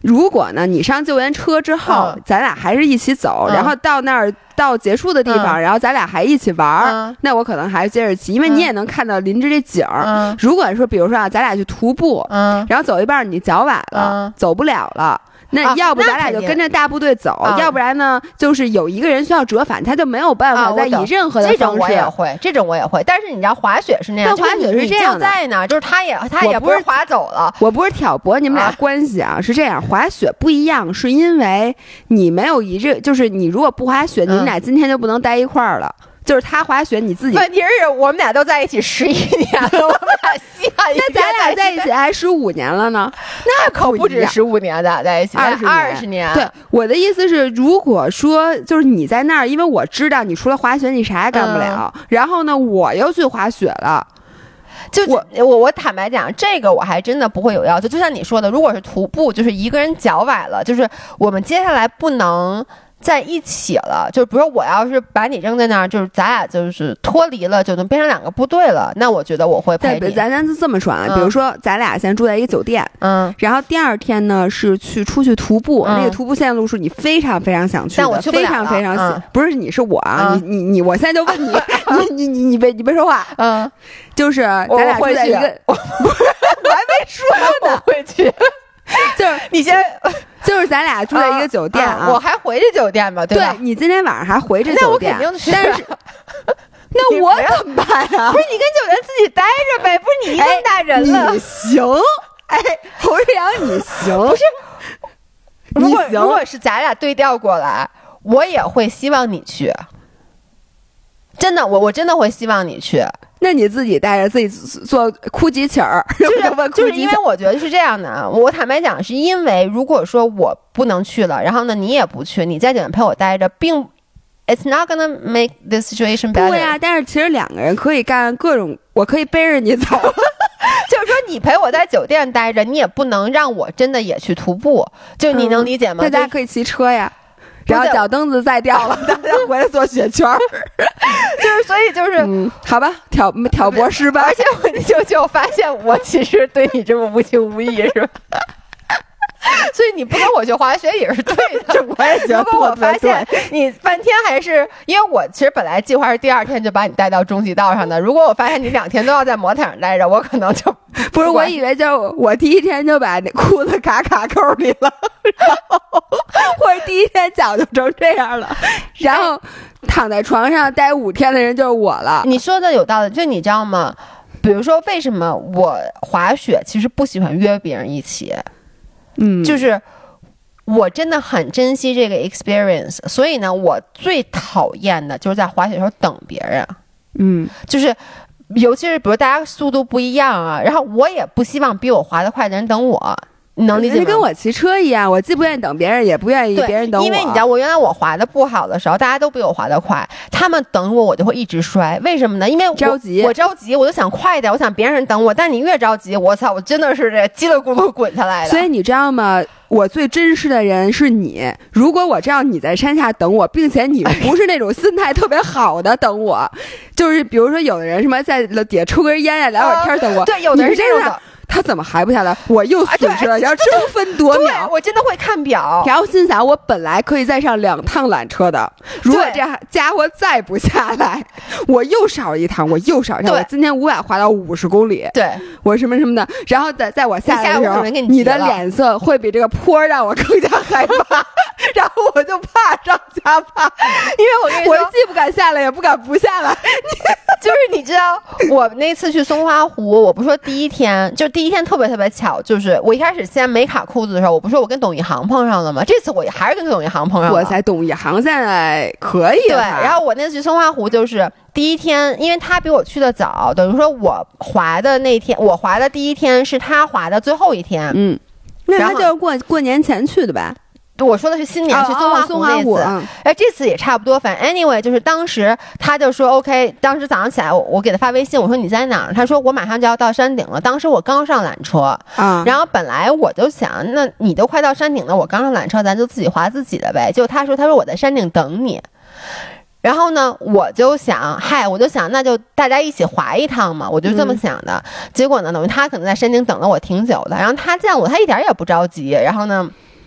如果呢你上救援车之后，咱俩还是一起走，然后到那儿到结束的地方，然后咱俩还一起玩，那我可能还是接着骑，因为你也能看到临着这景儿。如果说比如说啊，咱俩去徒步，然后走一半你脚崴了，走不了了。那要不咱俩就跟着大部队走，要不然呢，就是有一个人需要折返，他就没有办法再以任何的方式。 这种我也会，但是你知道滑雪是那样， 滑雪是这样的， 在呢，就是他也不是滑走了。 我不是挑拨你们俩关系啊，是这样，滑雪不一样，是因为你没有就是你如果不滑雪，你们俩今天就不能待一块儿了。就是他滑雪，你自己。 问题是我们俩都在一起11年了，我们俩那咱俩在一起还15年了呢， 那可不止15年，咱俩在一起20年。 对，我的意思是，如果说就是你在那儿，因为我知道你除了滑雪你啥也干不了，然后呢，我又去滑雪了。 就我坦白讲，这个我还真的不会有要求。就像你说的，如果是徒步，就是一个人脚崴了，就是我们接下来不能在一起了，就比如说我要是把你扔在那儿，就是咱俩就是脱离了，就能变成2个部队了，那我觉得我会陪你。 咱就这么说啊，比如说咱俩现在住在一个酒店，然后第2天呢是出去徒步，那个徒步线路是你非常非常想去的， 但我去不了了， 非常非常想，不是你是我啊，你我现在就问你，你别说话，就是咱俩住在一个，我还没说呢， 我会去。 就是你先， 就是咱俩住在一个酒店啊， 我还回去酒店吧，对吧？ 对，你今天晚上还回这酒店， 那我肯定去， 但是那我怎么办啊？ 不是你跟酒店自己待着呗，不是你一这么大人了， 你行，侯世阳你行， 不是，如果是咱俩对调过来，我也会希望你去，真的，我真的会希望你去。 那你自己带着自己做哭几曲儿， 就是因为我觉得是这样的。我坦白讲，是因为如果说我不能去了，然后呢你也不去，你在酒店陪我待着，并 it's not gonna make this situation better。 对呀，但是其实2个人可以干各种，我可以背着你走。 就是说你陪我在酒店待着，你也不能让我真的也去徒步，就你能理解吗？ 大家可以骑车呀。然后脚蹬子再掉了，大家回来做雪圈儿， 就是所以就是， 好吧，挑拨失败， 而且我就发现我其实对你这么无情无义，是吧？所以你不跟我去滑雪也是对的， 我也觉得。 如果我发现你半天还是，因为我其实本来计划是第2天就把你带到终极道上的，如果我发现你2天都要在摩天上待着，我可能就不是，我以为就我第1天就把那裤子卡扣里了，然后或者第1天脚就成这样了，然后躺在床上待5天的人就是我了。 你说的有道理，就你知道吗？比如说为什么我滑雪其实不喜欢约别人一起？就是我真的很珍惜这个 experience， 所以呢，我最讨厌的就是在滑雪的时候等别人。就是尤其是比如大家速度不一样啊，然后我也不希望比我滑得快的人等我。你能理解吗？ 跟我骑车一样，我既不愿意等别人，也不愿意别人等我。 因为你知道，原来我滑的不好的时候，大家都比我滑得快，他们等我，我就会一直摔。为什么呢？因为着急， 我着急，我就想快点，我想别人等我。但你越着急，我操，我真的是这叽里咕噜滚下来的。 所以你知道吗？我最珍视的人是你。如果我知道你在山下等我，并且你不是那种心态特别好的等我，就是比如说有的人什么在底下抽根烟呀，聊会儿天等我。 对，有的人是这种的。 他怎么还不下来？我又损失了，要争分夺秒。 我真的会看表， 然后心想，我本来可以再上2趟缆车的，如果这家伙再不下来，我又少一趟，我今天500滑到50公里， 对， 我什么什么的。然后在我下来的时候，你的脸色会比这个坡让我更加害怕，然后我就怕上加怕， 因为我跟你说， 我既不敢下来，也不敢不下来。 就是你知道，我那次去松花湖，我不说第1天，就第1天特别特别巧，就是我一开始先没卡裤子的时候，我不说我跟董一航碰上了吗？这次我还是跟董一航碰上了。 我在董一航现在可以。 对，然后我那次去松花湖就是第1天，因为他比我去的早，等于说我滑的那天，我滑的第1天是他滑的最后1天。 那他就是过年前去的吧？ 我说的是新年去松花湖那次，这次也差不多。反正 anyway， 就是当时他就说 OK， 当时早上起来我给他发微信，我说你在哪儿？他说我马上就要到山顶了。当时我刚上缆车，然后本来我就想，那你都快到山顶了，我刚上缆车，咱就自己滑自己的呗。就他说我在山顶等你。然后呢，我就想，那就大家一起滑一趟嘛，我就这么想的。结果呢，等于他可能在山顶等了我挺久的，然后他见我，他一点也不着急。然后呢，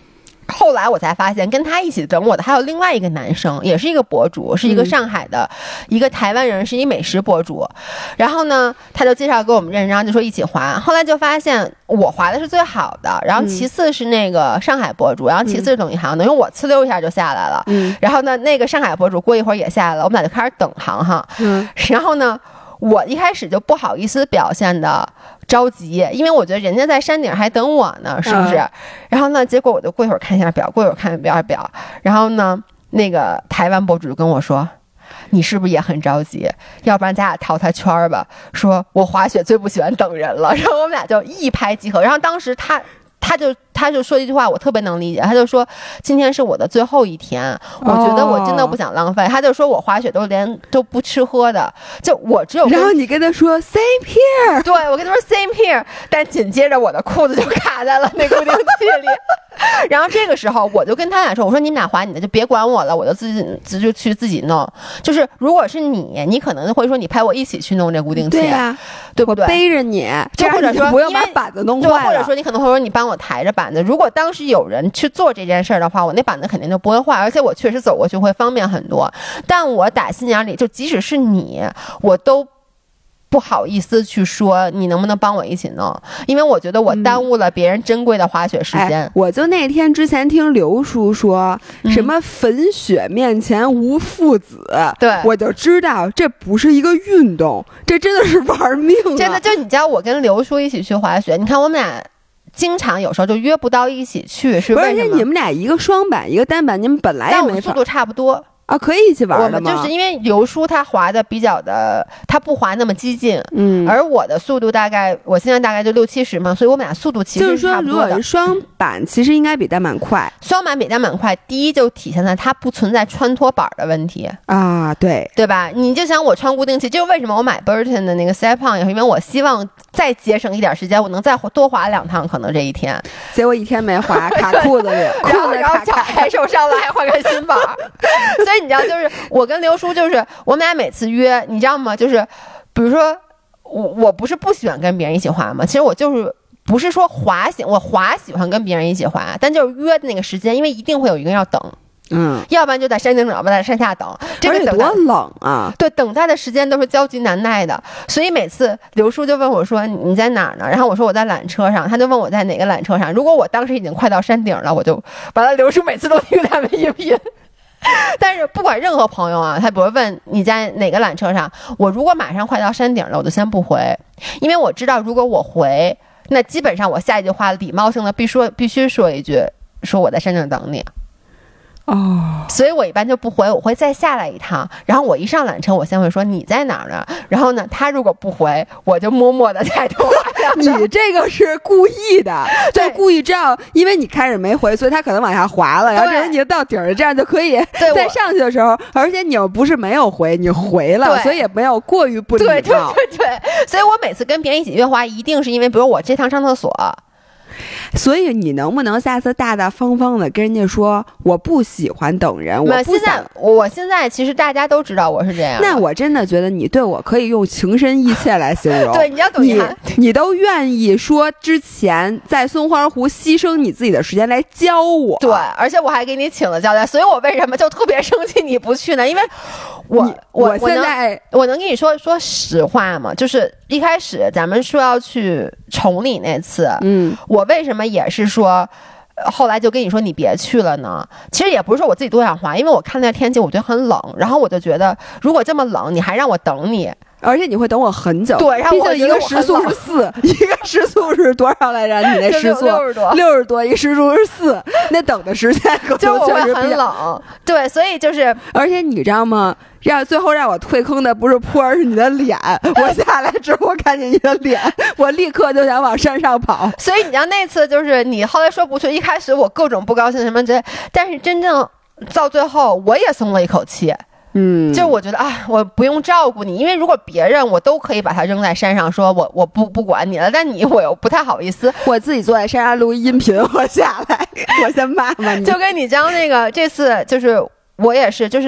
后来我才发现，跟他一起等我的还有另外一个男生，也是一个博主，是一个上海的一个台湾人，是一美食博主。然后呢，他就介绍给我们认识，然后就说一起滑。后来就发现我滑的是最好的，然后其次是那个上海博主，然后其次是董一航的，因为我呲溜一下就下来了。然后呢，那个上海博主过一会儿也下来了，我们俩就开始等航哈。然后呢，我一开始就不好意思表现的着急，因为我觉得人家在山顶还等我呢，是不是？然后呢，结果我就过一会儿看一下表，过一会儿看一下表，然后呢，那个台湾博主就跟我说，你是不是也很着急？要不然咱俩套他圈吧。说我滑雪最不喜欢等人了。然后我们俩就一拍即合。然后当时他就说一句话，我特别能理解。他就说今天是我的最后一天，我觉得我真的不想浪费。他就说我滑雪都不吃喝的，就我只有。 然后你跟他说 same here， 对，我跟他说 same here， 但紧接着我的裤子就卡在了那固定器里。然后这个时候我就跟他俩说，我说你们俩滑你的就别管我了，我就就去自己弄。就是如果是你可能会说你陪我一起去弄这固定器， 对呀， 对不对？ 我背着你， 就或者说不要把板子弄坏了， 或者说你可能会说你帮我抬着板子。如果当时有人去做这件事儿的话，我那板子肯定就不会坏，而且我确实走过去会方便很多。但我打心眼里，就即使是你，我都不好意思去说你能不能帮我一起弄，因为我觉得我耽误了别人珍贵的滑雪时间。 我就那天之前听刘叔说什么粉雪面前无父子， 对， 我就知道这不是一个运动，这真的是玩命啊！ 真的，就你知道我跟刘叔一起去滑雪，你看我们俩经常有时候就约不到一起去，是为什么？ 而且你们俩一个双板一个单板，你们本来也没法， 但我们速度差不多。 啊，可以一起玩的吗？ 我们就是因为刘叔他滑的比较的，他不滑那么激进，而我的速度我现在大概就60-70嘛，所以我们俩速度其实是差不多的。 就是说，如果是双板，其实应该比单板快。 双板比单板快，第一就体现在它不存在穿脱板的问题啊，对吧？你就想我穿固定器，这是为什么我买 Burton 的那个 Step-on， 也是因为我希望再节省一点时间，我能再多滑2趟，可能这一天。 结果一天没滑，卡裤子里， 然后脚还受伤了，还换个新板。所以你知道，就是我跟刘叔，就是我们俩每次约，你知道吗？就是比如说我不是不喜欢跟别人一起滑吗？其实我就是不是说我滑喜欢跟别人一起滑，但就是约的那个时间，因为一定会有一个人要等。要不然就在山顶等，要不然在山下等。这个多冷啊！ 对，等待的时间都是焦急难耐的。所以每次刘叔就问我说：“你在哪儿呢？”然后我说我在缆车上，他就问我在哪个缆车上。如果我当时已经快到山顶了，我就完了。刘叔每次都听他们音频。但是不管任何朋友啊，他比如问你在哪个缆车上，我如果马上快到山顶了，我就先不回，因为我知道如果我回，那基本上我下一句话礼貌性的必须说一句，说我在山顶等你。所以我一般就不回，我会再下来一趟，然后我一上缆车，我先会说你在哪儿呢？然后呢，他如果不回，我就默默的抬头滑下去。 你这个是故意的，就故意这样，因为你开始没回，所以他可能往下滑了，然后这时候你就到底儿，这样就可以再上去的时候，而且你又不是没有回，你回了，所以也没有过于不礼貌。 对，所以我每次跟别人一起约滑，一定是因为比如我这趟上厕所。 所以你能不能下次大大方方的跟人家说我不喜欢等人，我不想。 我现在其实大家都知道我是这样。 那我真的觉得你对我可以用情深意切来形容。 对，你要懂你都愿意说之前在松花湖牺牲你自己的时间来教我。 对，而且我还给你请了教练，所以我为什么就特别生气你不去呢？因为我现在我能跟你说实话吗？就是一开始咱们说要去崇礼那次，我为什么也是说后来就跟你说你别去了呢？其实也不是说我自己多想滑，因为我看那天气我觉得很冷，然后我就觉得如果这么冷你还让我等你， 而且你会等我很久。 对，然后我一个时速是4，一个时速是多少来着？你那时速60多，一个时速是4，那等的时间可就我会很冷。对，所以就是， 而且你知道吗？最后让我退坑的不是坡，是你的脸。我下来之后看见你的脸，我立刻就想往山上跑。 所以你知道那次就是你后来说不去，一开始我各种不高兴什么这，但是真正到最后我也松了一口气。就是我觉得我不用照顾你，因为如果别人我都可以把他扔在山上，说我不管你了，但我又不太好意思， 我自己坐在山上录音频，我下来，我先骂骂你。 就跟你讲那个这次就是我也是就是。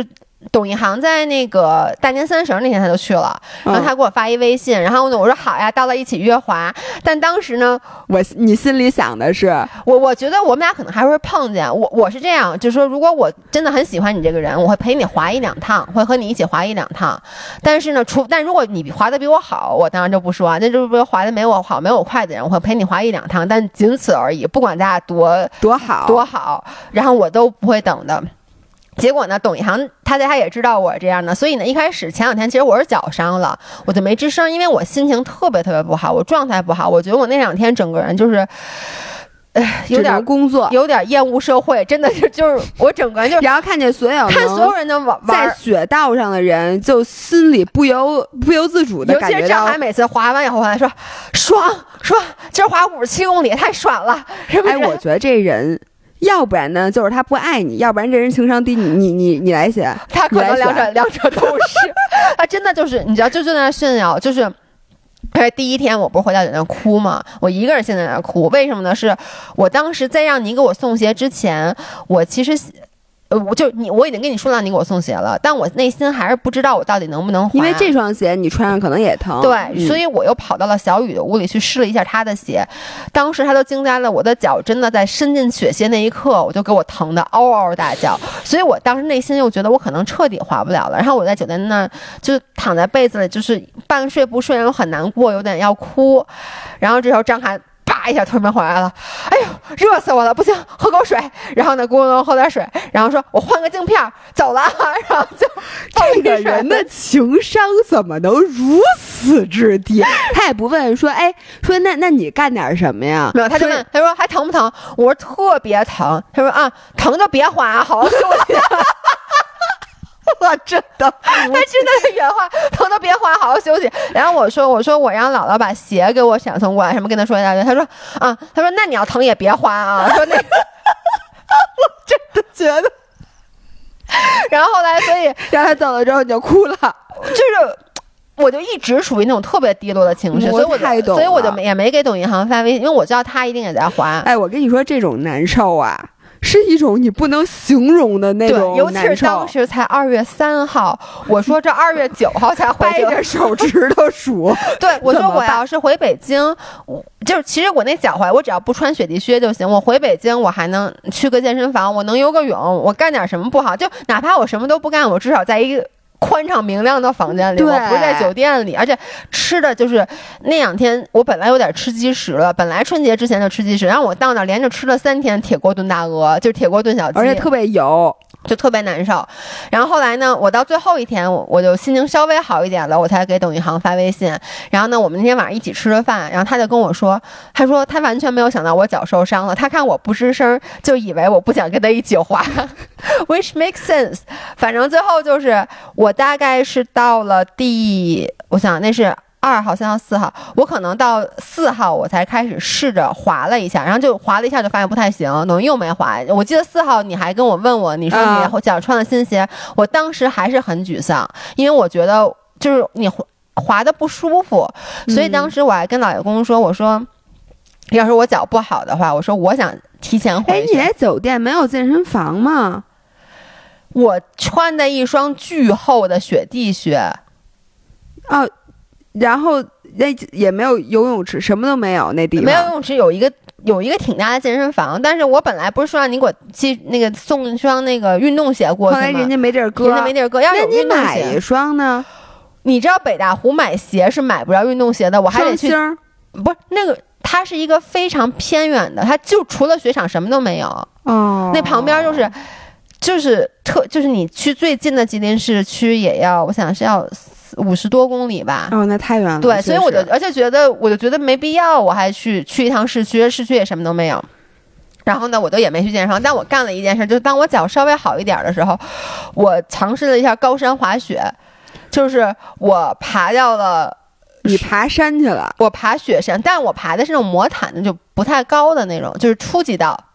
董一航在那个大年30那天他就去了，然后他给我发一微信，然后呢我说好呀，到了一起约滑。但当时呢， 你心里想的是， 我觉得我们俩可能还会碰见。我是这样，就是说如果我真的很喜欢你这个人，我会陪你滑1-2趟，会和你一起滑1-2趟。但是呢，但如果你滑的比我好，我当然就不说，那就是滑的没我好没我快的人，我会陪你滑1-2趟，但仅此而已，不管咱俩多好，然后我都不会等的。结果呢，董一航他也知道我是这样的，所以呢，一开始前2天其实我是脚伤了，我就没吱声，因为我心情特别特别不好，我状态不好，我觉得我那2天整个人就是，有点工作， 有点厌恶社会，真的就是我整个人就， 然后看所有人的玩在雪道上的人，就心里不由自主的感觉到， 尤其是张海每次滑完以后回来说爽，说今儿滑57公里太爽了，是不是？ 我觉得这人。要不然呢，就是他不爱你；要不然这人情商低。你来写， 他可能两者都是。他真的就是，你知道，就在那炫耀，就是。第1天我不是回到酒店哭吗？我一个人现在在那哭，为什么呢？是我当时在让你给我送鞋之前，我其实。我已经跟你说了，你给我送鞋了，但我内心还是不知道我到底能不能滑， 因为这双鞋你穿上可能也疼。 对，所以我又跑到了小雨的屋里去试了一下他的鞋，当时他都惊呆了，我的脚真的在伸进雪鞋那一刻，我就给我疼的嗷嗷大叫，所以我当时内心又觉得我可能彻底滑不了了。然后我在酒店那就躺在被子里，就是半睡不睡，然后很难过，有点要哭。然后这时候张涵叭一下推门回来了，哎呦，热死我了，不行，喝口水。然后呢，咕咚喝点水，然后说我换个镜片，走了。然后就这个人的情商怎么能如此之低？他也不问说，哎，说那你干点什么呀？ 没有，他就问，他说还疼不疼？我说特别疼。他说啊，疼就别滑，好好休息。我真的，他真的是原话，疼都别滑，好好休息。然后我说我让姥姥把鞋给我闪送过来，什么跟他说一大堆。他说那你要疼也别滑啊。说那个，我真的觉得。然后后来，所以让他走了之后你就哭了， 就是我就一直属于那种特别低落的情绪，所以我就也没给董银行发微信，因为我知道他一定也在滑。 哎，我跟你说，这种难受啊。是一种你不能形容的那种难受， 尤其是当时才2月3号，我说这2月9号才回去， 掰着手指头数。 对，我说我要是回北京，就是其实我那脚踝，我只要不穿雪地靴就行。我回北京，我还能去个健身房，我能游个泳，我干点什么不好？就哪怕我什么都不干，我至少在一个宽敞明亮的房间里，我不是在酒店里，而且吃的就是那2天，我本来有点吃积食了，本来春节之前就吃积食，然后我到那连着吃了3天铁锅炖大鹅，就是铁锅炖小鸡， 而且特别油， 就特别难受。然后后来呢，我到最后一天，我就心情稍微好一点了，我才给董一航发微信。然后呢，我们那天晚上一起吃了饭，然后他就跟我说，他说他完全没有想到我脚受伤了，他看我不吱声，就以为我不想跟他一起滑，which makes sense。反正最后就是我大概是到了我想那是2号、3号、4号，我可能到4号我才开始试着滑了一下，然后就滑了一下就发现不太行，等于又没滑。我记得4号你还跟我问我，你说你脚穿了新鞋，我当时还是很沮丧，因为我觉得就是你滑的不舒服，所以当时我还跟老爷公说，我说要是我脚不好的话，我说我想提前回去。 哎，你在酒店没有健身房吗？ 我穿的一双巨厚的雪地靴。 哦，然后那也没有游泳池，什么都没有，那地方没有游泳池，有一个挺大的健身房，但是我本来不是说让你给我送一双那个运动鞋过去吗？ 后来人家没地儿搁， 要有运动鞋， 那你买一双呢？ 你知道北大湖买鞋是买不着运动鞋的，我还得去，不是那个，它是一个非常偏远的，它就除了雪场什么都没有哦， 那旁边就是你去最近的吉林市区也要，我想是要50多公里吧。 哦，那太远了。 对，所以我就觉得没必要，我还去一趟市区也什么都没有。然后呢，我都也没去健身房，但我干了一件事，就是当我脚稍微好一点的时候，我尝试了一下高山滑雪，就是我爬到了。 你爬山去了？ 我爬雪山，但是我爬的是那种魔毯的，就不太高的那种，就是初级道。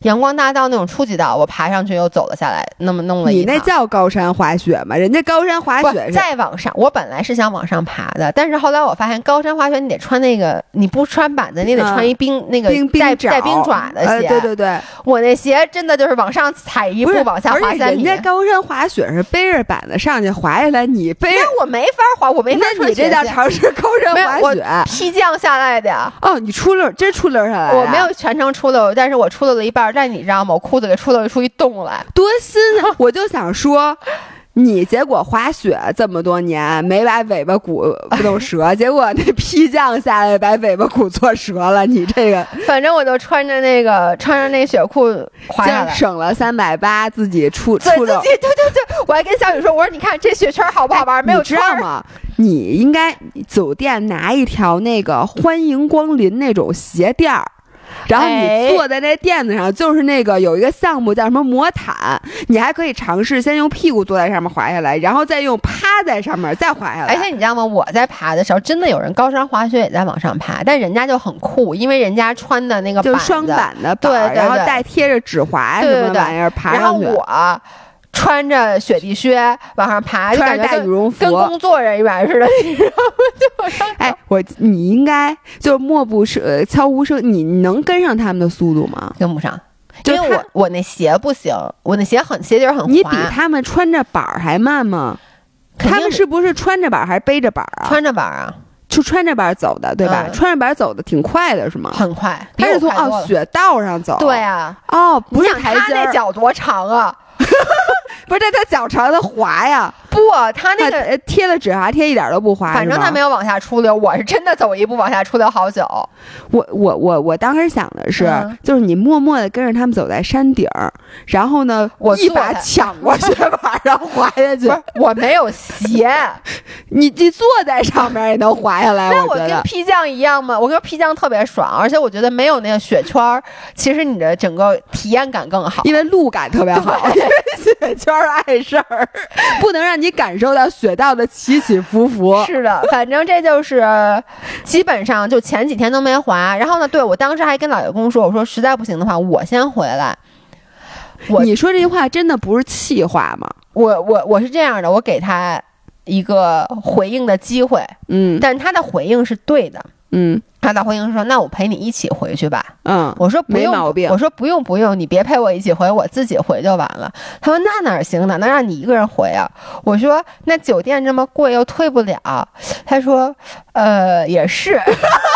阳光大道那种初级道，我爬上去又走了下来，那么弄了一趟。 你那叫高山滑雪吗？人家高山滑雪是再往上，我本来是想往上爬的，但是后来我发现高山滑雪你得穿那个，你不穿板子，你得穿一那个带冰爪的鞋。 对对对， 我那鞋真的就是往上踩一步，往下滑3米。 人家高山滑雪是背着板子上去滑下来，你背那我没法滑，我没法穿。 那你这叫尝试高山滑雪？ 劈降下来的呀。 哦，你出溜，真出溜下来？ 我没有全程出溜，但是我出溜了一半。但你知道吗？我裤子给出溜出一洞来， 多新啊！我就想说。你结果滑雪这么多年没把尾巴骨弄折，结果那劈降下来把尾巴骨做折了。你这个， 反正我就穿着那雪裤滑下来， 省了380，自己出对，我还跟小雨说，我说你看这雪圈好不好玩？没有知道吗？你应该酒店拿一条那个欢迎光临那种鞋垫儿。然后你坐在那垫子上，就是那个有一个项目叫什么魔毯，你还可以尝试先用屁股坐在上面滑下来，然后再用趴在上面再滑下来。 而且你知道吗？我在爬的时候，真的有人高山滑雪也在往上爬，但人家就很酷，因为人家穿的那个板子就双板的板， 对， 然后带贴着指滑什么玩意儿爬上去。 然后我穿着雪地靴往上爬，就感觉带羽绒服， 跟工作人员似的，你知道吗？ 你应该就是默不悄无声，你能跟上他们的速度吗？ 跟不上，因为我那鞋不行，我那鞋底很滑。 你比他们穿着板还慢吗？他们是不是穿着板还是背着板啊？ 穿着板啊。 就穿着板走的，对吧？穿着板走的挺快的，是吗？ 很快， 他是从雪道上走。 对啊， 不是台阶。 他那脚多长啊？ 不是，他脚长的滑呀。 不，他那个贴了止滑贴一点都不滑， 反正他没有往下出溜。我是真的走一步往下出溜好久。 我当时想的是，就是你默默的跟着他们走在山顶，然后呢， 我一把抢过雪板，然后滑下去。 不是，我没有鞋， 你坐在上面也能滑下来。 那我跟劈降一样吗？我跟劈降特别爽，而且我觉得没有那个雪圈，其实你的整个体验感更好， 因为路感特别好。雪圈碍事儿，不能让你感受到雪道的起起伏伏。 是的，反正这就是基本上就前几天都没滑。然后呢，对，我当时还跟老爷公说，我说实在不行的话，我先回来。 你说这句话真的不是气话吗？ 我是这样的，我给他一个回应的机会，但是他的回应是对的，他的回应说：“那我陪你一起回去吧。”我说不用， 没毛病。 我说不用，你别陪我一起回，我自己回就完了。他说：“那哪行呢？能让你一个人回啊？”我说：“那酒店这么贵，又退不了。”他说：“也是，因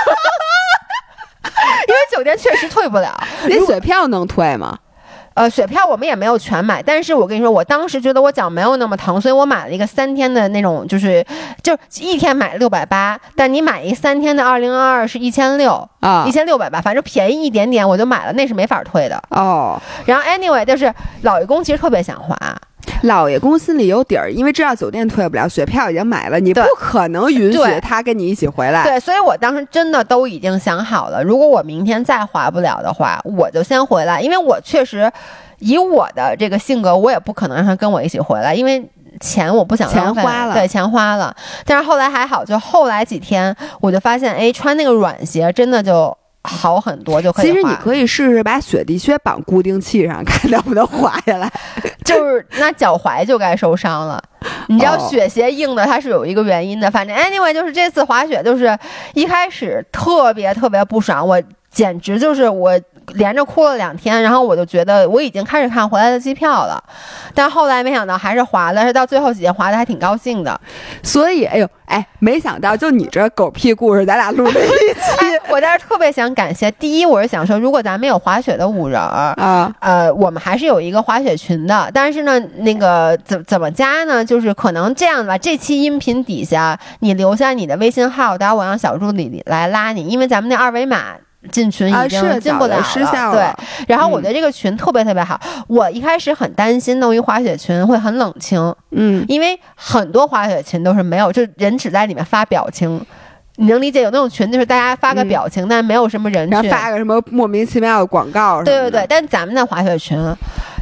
为酒店确实退不了。 那雪票能退吗？” 雪票我们也没有全买，但是我跟你说，我当时觉得我脚没有那么疼，所以我买了一个3天的那种，就一天买680，但你买一3天的2022是1600啊，1680，反正便宜一点点，我就买了，那是没法退的哦。 然后 anyway， 就是老爷公其实特别想滑。 老爷公心里有底儿，因为知道酒店退不了，雪票已经买了，你不可能允许他跟你一起回来。 对，所以我当时真的都已经想好了，如果我明天再滑不了的话，我就先回来，因为我确实以我的这个性格，我也不可能让他跟我一起回来，因为钱我不想浪费， 钱花了， 对，钱花了。但是后来还好，就后来几天我就发现，哎，穿那个软鞋真的就好很多，就可以滑。 其实你可以试试把雪地靴绑固定器上，看能不能滑下来。 就是那脚踝就该受伤了，你知道雪鞋硬的它是有一个原因的。反正 anyway， 就是这次滑雪就是一开始特别特别不爽，我简直就是我连着哭了2天，然后我就觉得我已经开始看回来的机票了，但后来没想到还是滑了，是到最后几天滑的还挺高兴的。 所以没想到就你这狗屁故事咱俩录了一期。 我在这特别想感谢，第一我是想说，如果咱们有滑雪的5人啊，我们还是有一个滑雪群的，但是呢那个怎么加呢，就是可能这样吧，这期音频底下你留下你的微信号，待会我让小助理来拉你，因为咱们那2维码进群已经进不了了， 失效了。 对，然后我觉得这个群特别特别好。我一开始很担心弄一滑雪群会很冷清，因为很多滑雪群都是没有，就人只在里面发表情。你能理解有那种群就是大家发个表情，但没有什么人去， 然后发个什么莫名其妙的广告什么的。 对，但咱们的滑雪群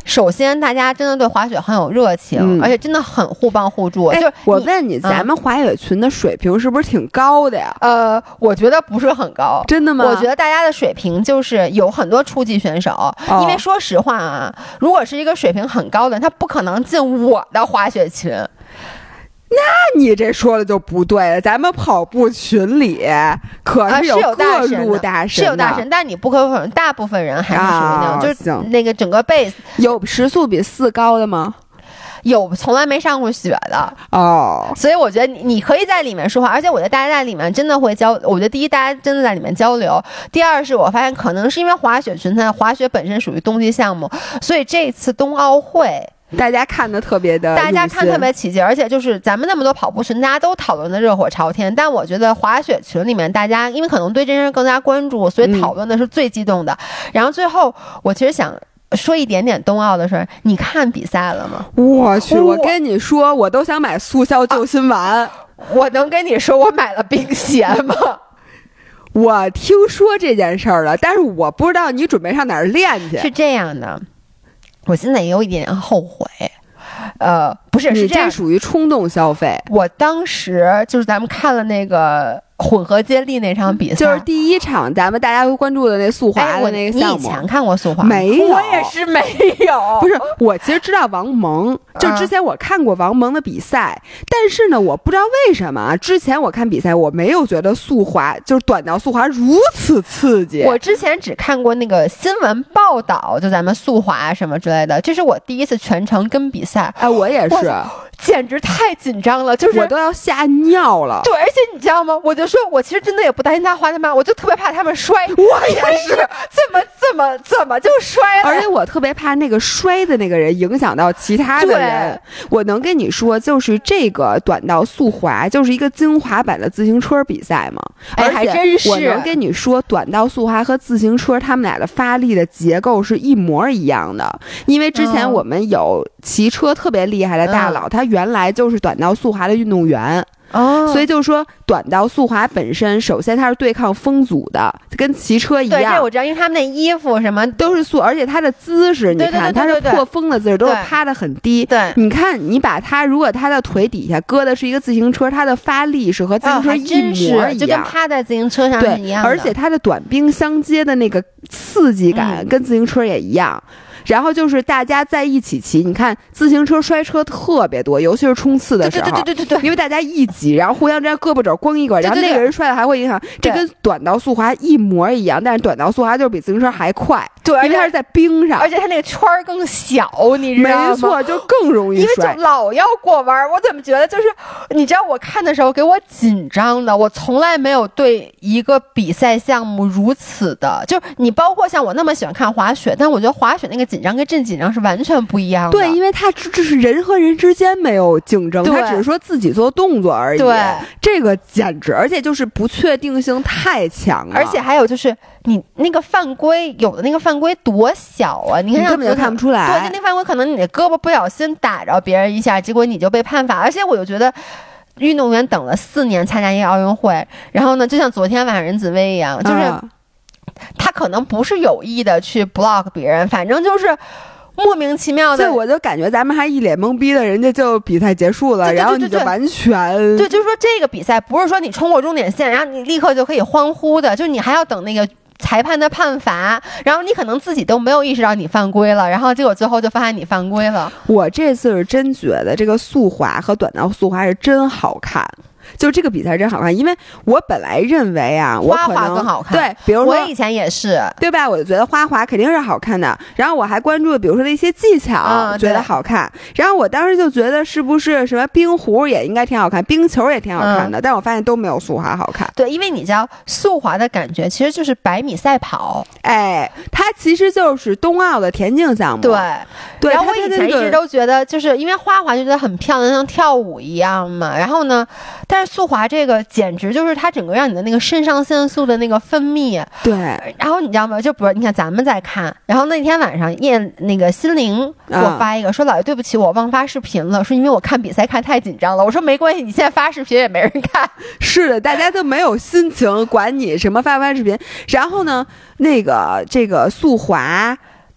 首先大家真的对滑雪很有热情，而且真的很互帮互助。就我问你，咱们滑雪群的水平是不是挺高的呀？ 我觉得不是很高。 真的吗？ 我觉得大家的水平就是有很多初级选手，因为说实话啊，如果是一个水平很高的人，他不可能进我的滑雪群。 那你这说的就不对了，咱们跑步群里可是有各路大神， 是有大神，但你不可否认，大部分人还是属于那种，就是那个整个 base 有时速比4高的吗？ 有从来没上过雪的所以我觉得你可以在里面说话，而且我觉得大家在里面真的会交，我觉得第一大家真的在里面交流，第二是我发现可能是因为滑雪群它滑雪本身属于冬季项目，所以这次冬奥会大家看的特别的， 大家看特别起劲，而且就是咱们那么多跑步群，大家都讨论的热火朝天。但我觉得滑雪群里面，大家因为可能对这件事更加关注，所以讨论的是最激动的。然后最后，我其实想说一点点冬奥的事儿。你看比赛了吗？ 我去，我跟你说，我都想买速效救心丸。 我能跟你说，我买了冰鞋吗？ 我听说这件事儿了，但是我不知道你准备上哪儿练去。 是这样的。我现在也有一点点后悔，不是，是这样， 这属于冲动消费。 我当时就是咱们看了那个混合接力那场比赛， 就是第一场咱们大家会关注的那速滑的那个项目。 你以前看过速滑？ 没有， 我也是没有。 不是，我其实知道王蒙，就之前我看过王蒙的比赛，但是呢，我不知道为什么之前我看比赛我没有觉得速滑就是短道速滑如此刺激。 我之前只看过那个新闻报道，就咱们速滑什么之类的，这是我第一次全程跟比赛。 我也是。 简直太紧张了，就是我都要吓尿了。 对，而且你知道吗？我就说，我其实真的也不担心他滑得慢，我就特别怕他们摔。 我也是， 怎么就摔了？ 而且我特别怕那个摔的那个人影响到其他的人。我能跟你说，就是这个短道速滑就是一个精华版的自行车比赛嘛。 还真是。 我能跟你说，短道速滑和自行车他们俩的发力的结构是一模一样的，因为之前我们有骑车特别厉害的大佬，他原来就是短道速滑的运动员。所以就是说短道速滑本身首先它是对抗风阻的，跟骑车一样。 对，这我知道，因为他们那衣服什么都是速，而且它的姿势你看它是破风的姿势，都是趴得很低。 对， 你看你把它如果它的腿底下搁的是一个自行车，它的发力是和自行车一模一样， 就跟趴在自行车上是一样的。 而且它的短兵相接的那个刺激感跟自行车也一样。然后就是大家在一起骑，你看自行车摔车特别多，尤其是冲刺的时候， 对， 因为大家一挤，然后互相之间胳膊肘光一个，然后那个人摔了还会影响。这跟短道速滑一模一样，但是短道速滑就是比自行车还快， 对， 因为它是在冰上， 而且它那个圈更小，你知道吗？ 没错，就更容易摔， 因为就老要过弯。我怎么觉得就是，你知道我看的时候给我紧张的，我从来没有对一个比赛项目如此的，就你包括像我那么喜欢看滑雪，但我觉得滑雪那个紧张跟这紧张是完全不一样的。 对，因为它这是人和人之间没有竞争，它只是说自己做动作而已。 对， 这个简直，而且就是不确定性太强了。 而且还有就是你那个犯规，有的那个犯规多小啊，你看根本就看不出来。 对，就那犯规可能你的胳膊不小心打着别人一下，结果你就被判罚。而且我就觉得运动员等了4年参加一个奥运会，然后呢，就像昨天晚上任子威一样，就是他可能不是有意的去 block 别人，反正就是莫名其妙的。 所以我就感觉咱们还一脸懵逼的，人家就比赛结束了，然后你就完全对，就是说这个比赛不是说你冲过终点线，然后你立刻就可以欢呼的，就你还要等那个裁判的判罚，然后你可能自己都没有意识到你犯规了，然后结果最后就发现你犯规了。 我这次是真觉得这个速滑和短道速滑是真好看。就这个比赛真好看，因为我本来认为啊，我可能花滑更好看。 对，比如说我以前也是， 对吧？我就觉得花滑肯定是好看的。然后我还关注，比如说的一些技巧，觉得好看。然后我当时就觉得，是不是什么冰壶也应该挺好看，冰球也挺好看的？但我发现都没有速滑好看。 对，因为你知道速滑的感觉其实就是100米赛跑， 它其实就是冬奥的田径项目。对。 然后我以前一直都觉得，就是因为花滑就觉得很漂亮，像跳舞一样嘛。然后呢，但是速滑这个简直就是它整个让你的那个肾上腺素的那个分泌。 对。 然后你知道吗？就比如你看咱们在看，然后那天晚上那个心灵给我发一个说：“姥爷，对不起，我忘发视频了。”说因为我看比赛看太紧张了。我说没关系，你现在发视频也没人看。 是的，大家都没有心情管你什么发视频。然后呢，这个速滑。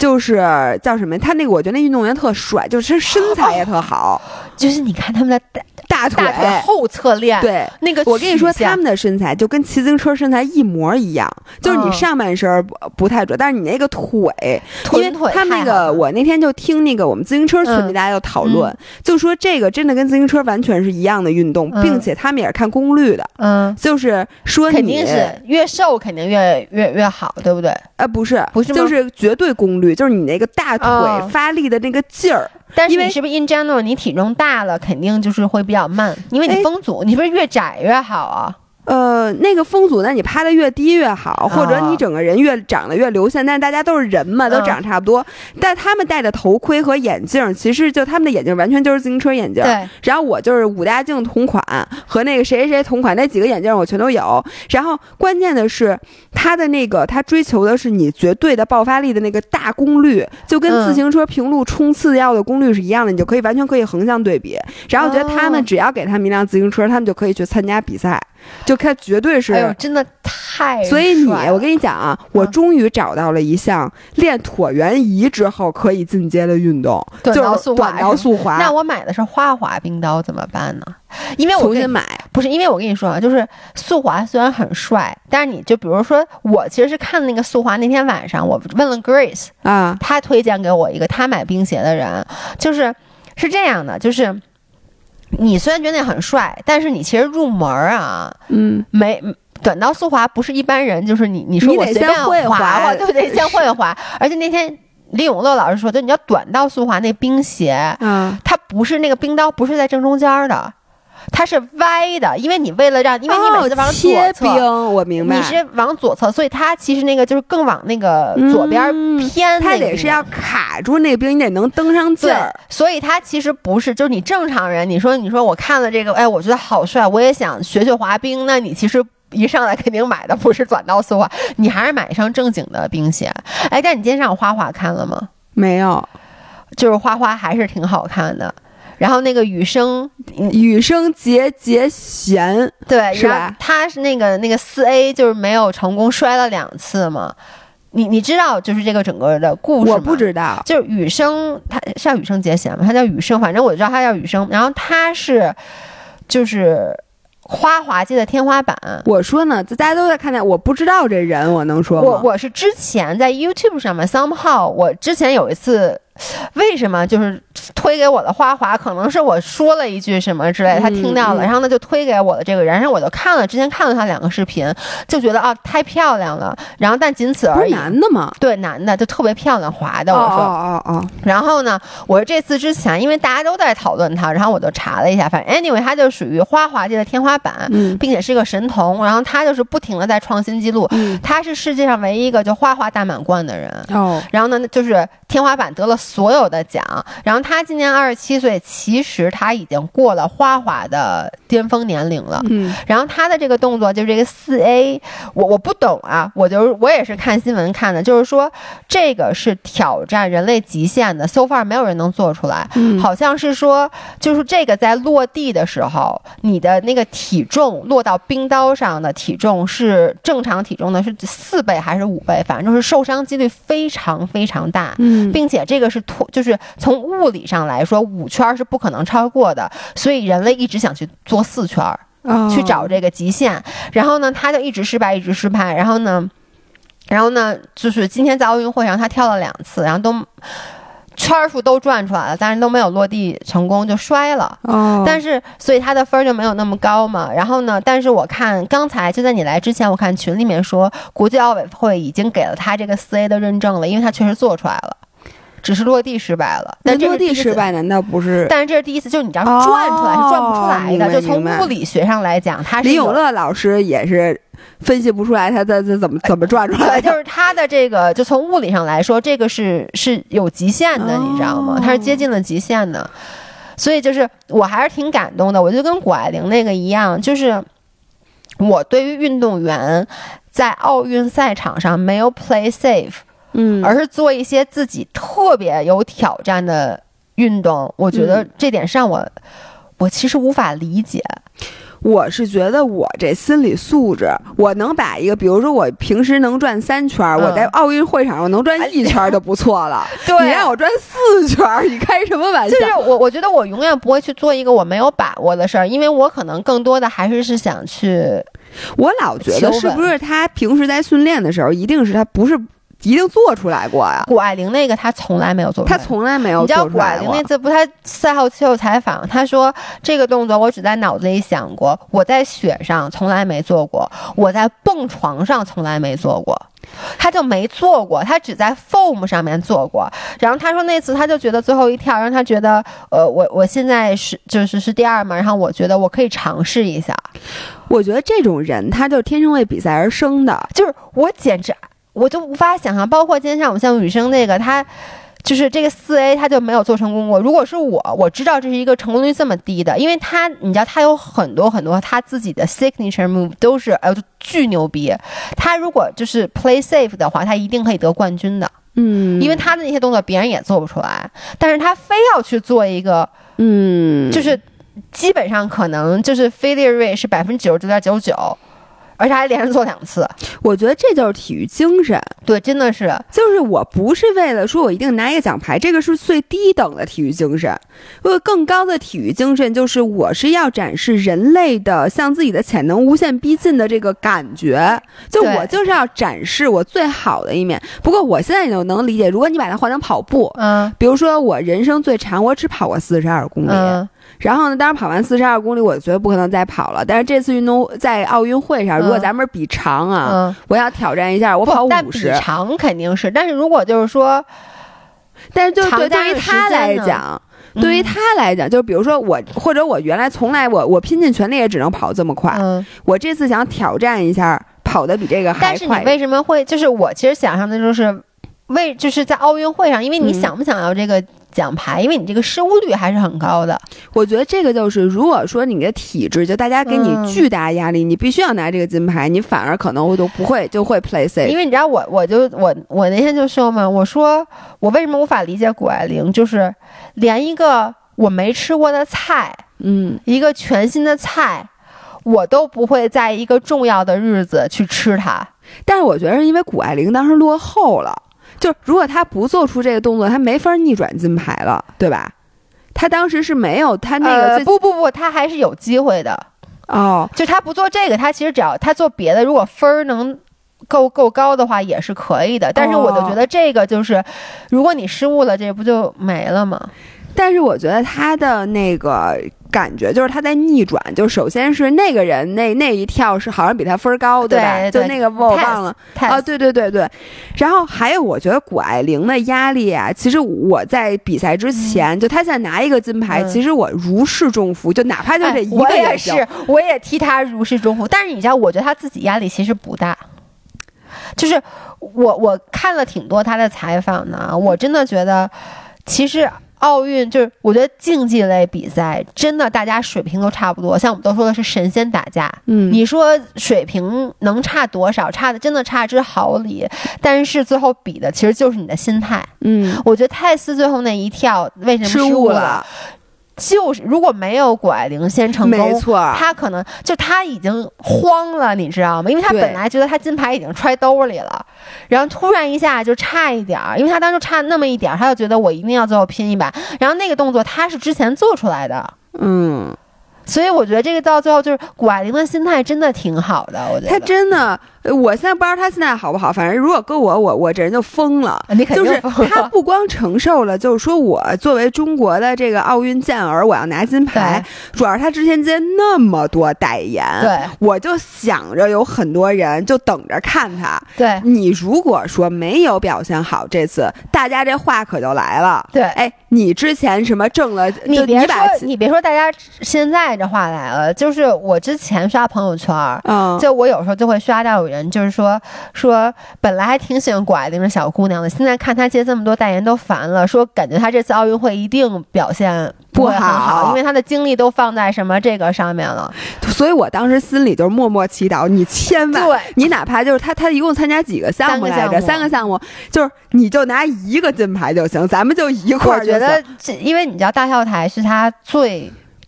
就是叫什么？他那个我觉得那运动员特帅，就是身材也特好， 就是你看他们的大腿后侧链， 对那个我跟你说，他们的身材就跟骑自行车身材一模一样，就是你上半身不太准，但是你那个腿，因为他们那个我那天就听那个我们自行车群里大家有讨论，就说这个真的跟自行车完全是一样的运动，并且他们也是看功率的，就是说你肯定是越瘦肯定越好，对不对？ 不是吗？ 就是绝对功率，就是你那个大腿发力的那个劲儿。 但是你是不是 in general 你体重大了，肯定就是会比较慢，因为你风阻，你不是越窄越好啊？ 那个风阻，那你趴的越低越好，或者你整个人长得越流线，但是大家都是人嘛，都长差不多。但他们戴的头盔和眼镜，其实就他们的眼镜完全就是自行车眼镜。 对。 然后我就是武大靖同款和那个谁谁同款，那几个眼镜我全都有。然后关键的是，他的那个他追求的是你绝对的爆发力的那个大功率，就跟自行车平路冲刺要的功率是一样的，你就可以完全可以横向对比。然后我觉得他们只要给他们一辆自行车，他们就可以去参加比赛。就看绝对是， 哎呦，真的太帅了。 所以我跟你讲啊，我终于找到了一项练椭圆仪之后可以进阶的运动，就是短道速滑。 那我买的是花滑冰刀怎么办呢？因为我重新买不是，因为我跟你说啊，就是速滑虽然很帅，但是你就比如说我其实是看那个速滑那天晚上，我问了 Grace 啊， 他推荐给我一个他买冰鞋的人，是这样的，就是。你虽然觉得那很帅，但是你其实入门啊，没短道速滑不是一般人，就是你说我随便滑，对不对？先会滑。而且那天李永乐老师说的，你要短道速滑那冰鞋，它不是那个冰刀不是在正中间的。它是歪的，因为你每次往左侧， 我明白， 你是往左侧，所以它其实那个就是更往那个左边偏， 它得是要卡住那个冰，你得能登上劲儿。 所以它其实不是，就是你正常人，你说我看了这个，哎，我觉得好帅，我也想学滑冰，那你其实一上来肯定买的不是短道速滑，你还是买一双正经的冰鞋。哎，但你今天上花滑看了吗？ 没有， 就是花还是挺好看的。然后那个羽生结弦， 对，是吧？ 他是那个4A，就是没有成功摔了2次嘛。你知道就是这个整个的故事吗？ 我不知道， 就是羽生，他是叫羽生结弦吗？他叫羽生，反正我知道他叫羽生。然后他是就是花滑界的天花板。 我说呢，大家都在看见，我不知道这人，我能说吗？ 我是之前在 YouTube 上面 somehow， 我之前有一次。为什么就是推给我的花滑，可能是我说了一句什么之类的，他听到了，然后呢就推给我的这个人，然后我就之前看了他2个视频，就觉得太漂亮了，然后但仅此而已。 不是男的吗？ 对，男的就特别漂亮滑的，我说然后呢，我这次之前因为大家都在讨论他，然后我就查了一下，反正 anyway 他就属于花滑界的天花板，并且是个神童，然后他就是不停的在创新纪录，他是世界上唯一一个就花滑大满贯的人。然后呢就是天花板得了所有的奖，然后他今年27岁，其实他已经过了花滑的巅峰年龄了。然后他的这个动作就是这个4A， 我不懂啊，我也是看新闻看的，就是说这个是挑战人类极限的 ，so far 没有人能做出来。好像是说，就是这个在落地的时候，你的那个体重落到冰刀上的体重是正常体重的是4倍还是5倍，反正就是受伤几率非常非常大。并且这个是就是从物理上来说5圈是不可能超过的，所以人类一直想去做4圈，去找这个极限。然后呢他就一直失败，然后呢就是今天在奥运会上他跳了2次，然后都圈数都转出来了，但是都没有落地成功，就摔了。但是所以他的分就没有那么高嘛。然后呢，但是我看刚才就在你来之前，我看群里面说国际奥委会已经给了他这个4A 的认证了，因为他确实做出来了。只是落地失败了，但落地失败难道不是？ 但是这是第一次，就是你知道转出来是转不出来的，就从物理学上来讲，他是李永乐老师也是分析不出来他怎么转出来的。 对，就是他的这个，就从物理上来说，这个是有极限的，你知道吗？它是接近了极限的，所以就是我还是挺感动的。我就跟谷爱凌那个一样，就是我对于运动员在奥运赛场上没有 play safe。而是做一些自己特别有挑战的运动，我觉得这点上我其实无法理解。 我是觉得我这心理素质，我能把一个，比如说我平时能转3圈，我在奥运会场我能转1圈就不错了。 对， 你让我转4圈，你开什么玩笑？ 就是我觉得我永远不会去做一个我没有把握的事儿，因为我可能更多的还是想去。 我老觉得是不是他平时在训练的时候，一定是他不是。一定做出来过呀！ 谷爱凌那个他从来没有做出来， 他从来没有做出来过。 你知道谷爱凌那次不，他赛后接受采访，他说这个动作我只在脑子里想过，我在雪上从来没做过，我在蹦床上从来没做过，他就没做过，他只在 foam 上面做过。然后他说那次他就觉得最后一跳让他觉得，我现在是第2嘛，然后我觉得我可以尝试一下。 我觉得这种人他就天生为比赛而生的， 就是我简直。我就无法想象，包括今天上午像羽生那个，他就是这个4A 他就没有做成功过。如果是我知道这是一个成功率这么低的，因为你知道他有很多他自己的 signature move 都是巨牛逼。他如果就是 play safe 的话，他一定可以得冠军的。因为他的那些动作别人也做不出来，但是他非要去做一个，就是基本上可能就是 failure rate 是99.99%。而且还连着做2次， 我觉得这就是体育精神。 对，真的是， 就是我不是为了说我一定拿一个奖牌，这个是最低等的体育精神。更高的体育精神就是我是要展示人类的向自己的潜能无限逼近的这个感觉，就我就是要展示我最好的一面。不过我现在就能理解，如果你把它换成跑步，比如说我人生最长，我只跑过42公里。然后呢，当然跑完42公里，我觉得不可能再跑了。但是这次运动在奥运会上，如果咱们比长啊，我要挑战一下，我跑50。 但比长肯定是，但是如果就是说， 但是对于他来讲，就比如说我或者我原来从来我拼尽全力也只能跑这么快，我这次想挑战一下，跑得比这个还快。 但是你为什么会？就是我其实想象的就是就是在奥运会上，因为你想不想要这个奖牌，因为你这个失误率还是很高的。 我觉得这个就是，如果说你的体质就大家给你巨大压力，你必须要拿这个金牌，你反而可能都不会就会 play safe。 因为你知道我那天就说嘛，我说我为什么无法理解谷爱凌，就是连一个我没吃过的菜，一个全新的菜，我都不会在一个重要的日子去吃它。 但是我觉得是因为谷爱凌当时落后了。就如果他不做出这个动作，他没法逆转金牌了，对吧？他当时是没有他那个不，他还是有机会的哦。 就他不做这个，他其实只要他做别的，如果分儿能够高的话，也是可以的。但是我就觉得这个就是，如果你失误了，这不就没了吗？ 但是我觉得他的那个感觉就是他在逆转，就首先是那个人那一跳是好像比他分高，对吧？ 对， 就那个我忘了啊，对。然后还有我觉得谷爱凌的压力啊，其实我在比赛之前，就他现在拿一个金牌，其实我如释重负，就哪怕就这一个也行。 我也替他如释重负。但是你知道，我觉得他自己压力其实不大。就是我看了挺多他的采访呢，我真的觉得其实。奥运就是我觉得竞技类比赛真的大家水平都差不多，像我们都说的是神仙打架，你说水平能差多少，差的真的差之毫厘，但是最后比的其实就是你的心态。我觉得泰斯最后那一跳为什么失误了，就是如果没有谷爱凌先成功， 没错， 他可能就他已经慌了，你知道吗？因为他本来觉得他金牌已经揣兜里了，然后突然一下就差一点，因为他当时差那么一点，他就觉得我一定要最后拼一把。然后那个动作他是之前做出来的，所以我觉得这个到最后就是谷爱凌的心态真的挺好的，我觉得他真的。我现在不知道他现在好不好，反正如果搁我这人就疯了。 你肯定疯了。 就是他不光承受了，就是说我作为中国的这个奥运健儿，我要拿金牌，主要是他之前接那么多代言， 对， 我就想着有很多人就等着看他。 对， 你如果说没有表现好，这次大家这话可就来了。 对， 哎，你之前什么挣了， 你别说大家现在这话来了，就是我之前刷朋友圈，就我有时候就会刷到有人就是说本来还挺喜欢谷爱凌的小姑娘的，现在看她接这么多代言都烦了，说感觉她这次奥运会一定表现不会很好，因为她的精力都放在什么这个上面了。 所以我当时心里就是默默祈祷，你千万，你哪怕就是他一共参加几个项目来着？3个项目，就是你就拿1个金牌就行，咱们就一块儿就行。 我觉得因为你知道大跳台是他最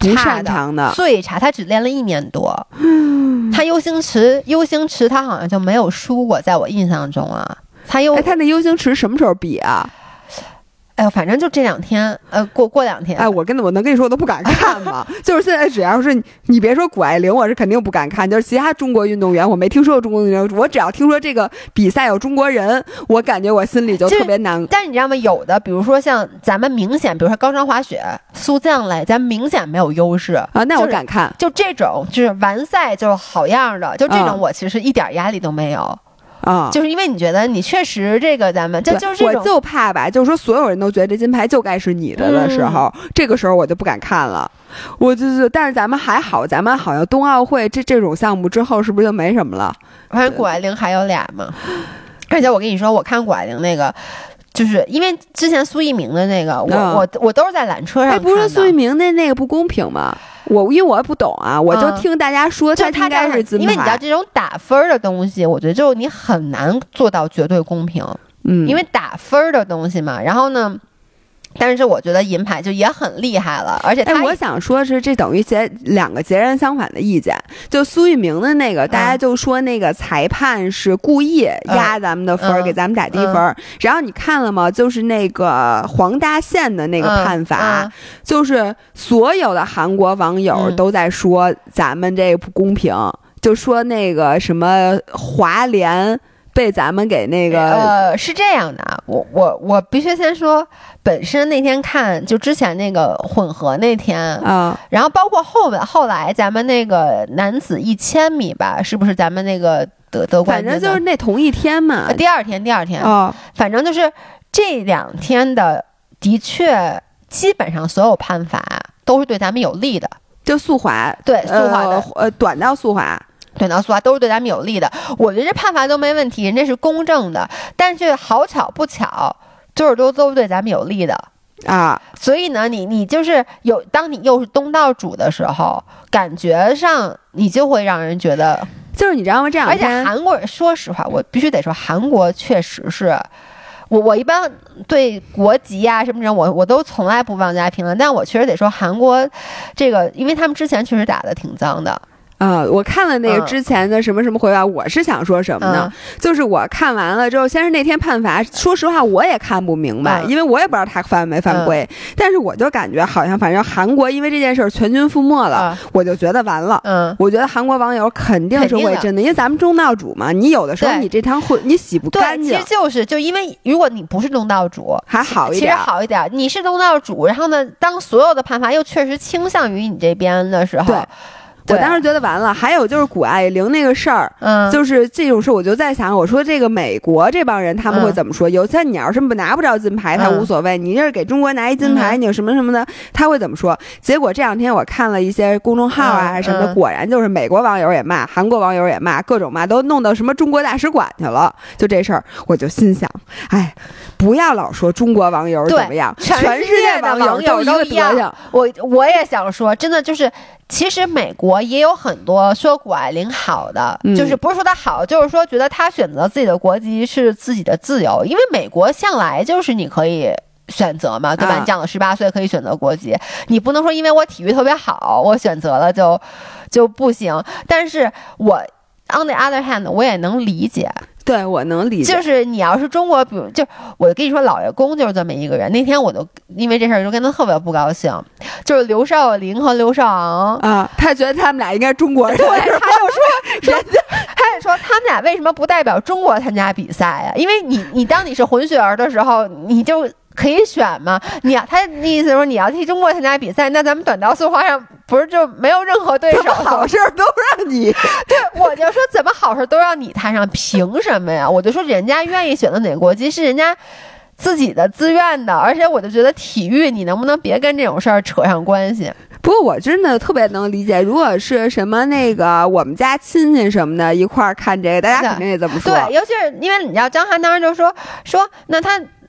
不擅长的， 最差，他只练了1年多。他 U 星驰他好像就没有输过，在我印象中啊。他那 U 星驰什么时候比啊？ 哎呦，反正就这2天，过2天。 哎，我能跟你说，我都不敢看嘛。就是现在，只要是你别说谷爱凌，我是肯定不敢看。就是其他中国运动员，我没听说过中国运动员，我只要听说这个比赛有中国人，我感觉我心里就特别难。 但是你知道吗？有的，比如说像咱们明显，比如说高山滑雪、速降类，咱明显没有优势啊。那我敢看， 就这种就是完赛就好样的，就这种我其实一点压力都没有。就是因为你觉得你确实这个咱们就是这种， 我就怕吧，就是说所有人都觉得这金牌就该是你的时候，这个时候我就不敢看了。但是咱们还好，咱们好像冬奥会这种项目之后是不是就没什么了？ 反正谷爱凌还有俩嘛。而且我跟你说，我看谷爱凌那个，就是因为之前苏翊鸣的那个，我都是在缆车上看的。 不是苏翊鸣那个不公平吗？因为我不懂啊，我就听大家说他应该是金牌。 因为你知道这种打分的东西，我觉得就你很难做到绝对公平。因为打分的东西嘛，然后呢。但是我觉得银牌就也很厉害了，而且我想说是这等于两个截然相反的意见。就苏翊鸣的那个，大家就说那个裁判是故意压咱们的分，给咱们打低分。然后你看了吗？就是那个黄大宪的那个判罚，就是所有的韩国网友都在说咱们这不公平，就说那个什么华联被咱们给那个是这样的，我必须先说，本身那天看就之前那个混合那天啊， 然后包括后来咱们那个男子1000米吧，是不是咱们那个得冠军？ 反正就是那同一天嘛， 第二天啊， 反正就是这2天的确基本上所有判罚都是对咱们有利的， 就速滑， 对速滑的短道速滑。 短道速滑都是对咱们有利的，我觉得这判罚都没问题，人家是公正的，但是好巧不巧，就是都是对咱们有利的啊。 所以呢，你就是当你又是东道主的时候，感觉上你就会让人觉得， 就是你知道吗？这样， 而且韩国人，说实话，我必须得说，韩国确实是。我一般对国籍啊什么人，我都从来不妄加评论，但我确实得说韩国这个，因为他们之前确实打得挺脏的。 我看了那个之前的什么什么回答，我是想说什么呢？就是我看完了之后，先是那天判罚，说实话我也看不明白，因为我也不知道他犯没犯规，但是我就感觉好像反正韩国因为这件事全军覆没了，我就觉得完了。我觉得韩国网友肯定是会真的，因为咱们东道主嘛，你有的时候你这汤你洗不干净。 对，其实就因为如果你不是东道主还好一点， 其实好一点，你是东道主，然后呢，当所有的判罚又确实倾向于你这边的时候。 我当时觉得完了，还有就是谷爱凌那个事儿，就是这种事，我就在想，我说这个美国这帮人他们会怎么说？有些你要是拿不着金牌，他无所谓，你这是给中国拿一金牌，你有什么什么的，他会怎么说？结果这2天我看了一些公众号啊什么的，果然就是美国网友也骂，韩国网友也骂，各种骂，都弄到什么中国大使馆去了。就这事儿，我就心想，哎，不要老说中国网友怎么样，全世界的网友都一样。 我也想说，真的就是。其实美国也有很多说谷爱凌好的，就是不是说她好，就是说觉得她选择自己的国籍是自己的自由，因为美国向来就是你可以选择嘛，对吧？你长到18岁可以选择国籍，你不能说因为我体育特别好，我选择了就不行。但是我 on the other hand， 我也能理解。 对，我能理解。 就是你要是中国，比如就我跟你说，老爷公就是这么一个人。那天我就因为这事儿就跟他特别不高兴，就是刘少林和刘少昂啊，他觉得他们俩应该中国人， 对，他就说他就说他们俩为什么不代表中国参加比赛啊？因为你当你是混血儿的时候，你就可以选嘛。他的意思说你要替中国参加比赛，那咱们短道速滑上不是就没有任何对手？ 好事都让你对，我就说怎么好事都让你摊上，凭什么呀？我就说人家愿意选择哪个国籍是人家自己的自愿的，而且我就觉得体育你能不能别跟这种事儿扯上关系？ 不过我真的特别能理解，如果是什么那个我们家亲戚什么的一块儿看这个，大家肯定也这么说。 对，尤其是因为你知道张翰当时就说那他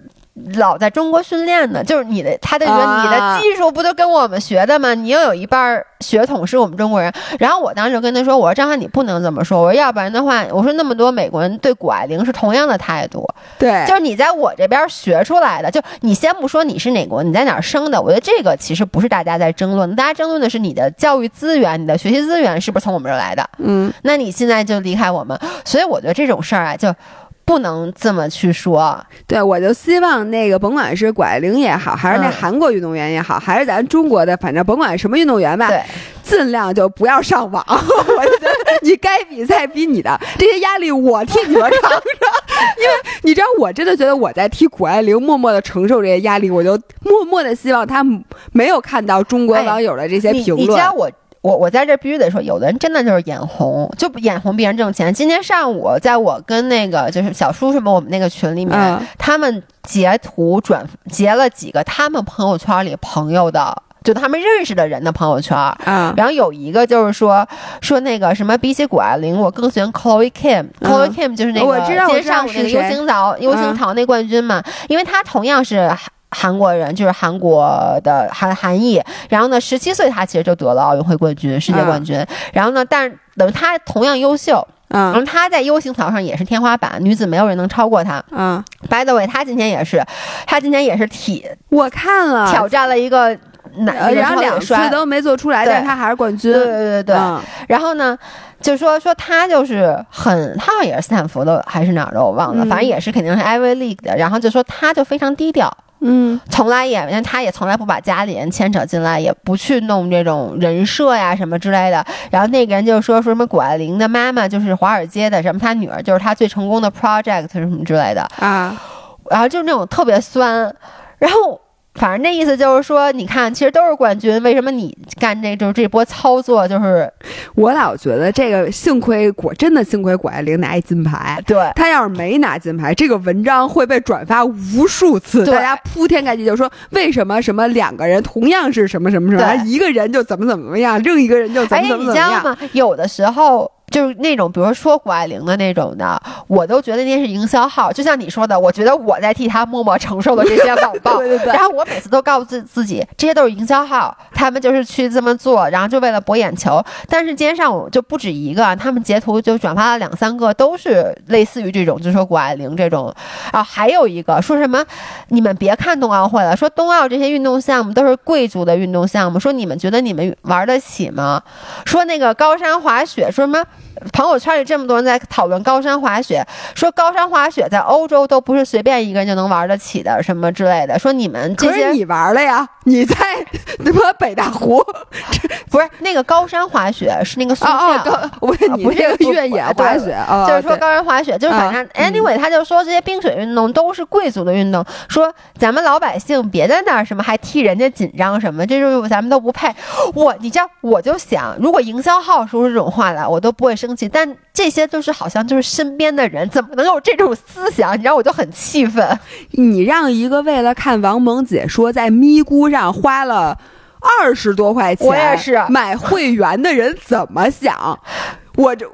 老在中国训练呢，就是他就觉得你的技术不都跟我们学的吗？你又有一半血统是我们中国人。然后我当时就跟他说，我说张翰你不能这么说，我说要不然的话，我说那么多美国人对谷爱凌是同样的态度， 对， 就是你在我这边学出来的，就你先不说你是哪国，你在哪儿生的，我觉得这个其实不是大家在争论，大家争论的是你的教育资源、你的学习资源是不是从我们这儿来的。那你现在就离开我们，所以我觉得这种事儿啊，就不能这么去说。 对，我就希望那个甭管是谷爱凌也好，还是那韩国运动员也好，还是咱中国的，反正甭管什么运动员吧， 对， 尽量就不要上网。我就觉得你该比赛比你的这些压力我替你们扛着，因为你知道我真的觉得我在替谷爱凌默默的承受这些压力，我就默默的希望他没有看到中国网友的这些评论。 你知道我在这必须得说，有的人真的就是眼红，就眼红别人挣钱。今天上午，在我跟那个就是小叔什么我们那个群里面，他们截图截了几个他们朋友圈里朋友的，就他们认识的人的朋友圈。然后有一个就是说那个什么，比起谷爱凌，我更喜欢 Chloe Kim。Chloe Kim 就是那个今天上午那个 U 型槽那冠军嘛，因为他同样是韩国人，就是韩国的韩裔，然后呢17岁他其实就得了奥运会冠军、世界冠军，然后呢但是等于他同样优秀，然后他在 U 型槽上也是天花板，女子没有人能超过他。by the way 他今天也是我看了挑战了一个然后2次都没做出来，但是他还是冠军。 对、然后呢就说他就是他好像也是斯坦福的还是哪儿的我忘了，反正也是肯定是 Ivy League 的，然后就说他就非常低调，从来他也从来不把家里人牵扯进来，也不去弄这种人设呀什么之类的。然后那个人就说什么谷爱凌的妈妈就是华尔街的，什么他女儿就是他最成功的 project 什么之类的然后就是那种特别酸，然后反正那意思就是说，你看，其实都是冠军，为什么你干就是这波操作？就是我老觉得这个真的幸亏谷爱凌拿一金牌， 对， 他要是没拿金牌，这个文章会被转发无数次，大家铺天盖地就说为什么什么两个人同样是什么什么什么，一个人就怎么样，另一个人就怎么样。 你知道吗？有的时候。就是那种比如说谷爱凌的那种的，我都觉得那是营销号，就像你说的，我觉得我在替他默默承受了这些网暴对， 然后我每次都告诉自己这些都是营销号，他们就是去这么做，然后就为了博眼球。但是今天上午就不止一个，他们截图就转发了2-3个，都是类似于这种，就说谷爱凌这种还有一个说什么你们别看冬奥会了，说冬奥这些运动项目都是贵族的运动项目，说你们觉得你们玩得起吗？说那个高山滑雪，说什么朋友圈里这么多人在讨论高山滑雪，说高山滑雪在欧洲都不是随便一个人就能玩得起的，什么之类的。说你们这些， 可是你玩了呀？你在什么北大湖？ 不是那个高山滑雪，是那个速降。 不是你这个越野滑雪， 就是说高山滑雪，就是反正 anyway，他就说这些冰雪运动都是贵族的运动，说咱们老百姓别在那儿什么还替人家紧张什么，这就是咱们都不配。你知道，我就想，如果营销号说出这种话来，我都不会生气，但这些就是好像就是身边的人怎么能有这种思想？你知道，我就很气愤。 你让一个为了看王蒙解说在咪咕上花了20多块钱， 我也是买会员的人怎么想？我也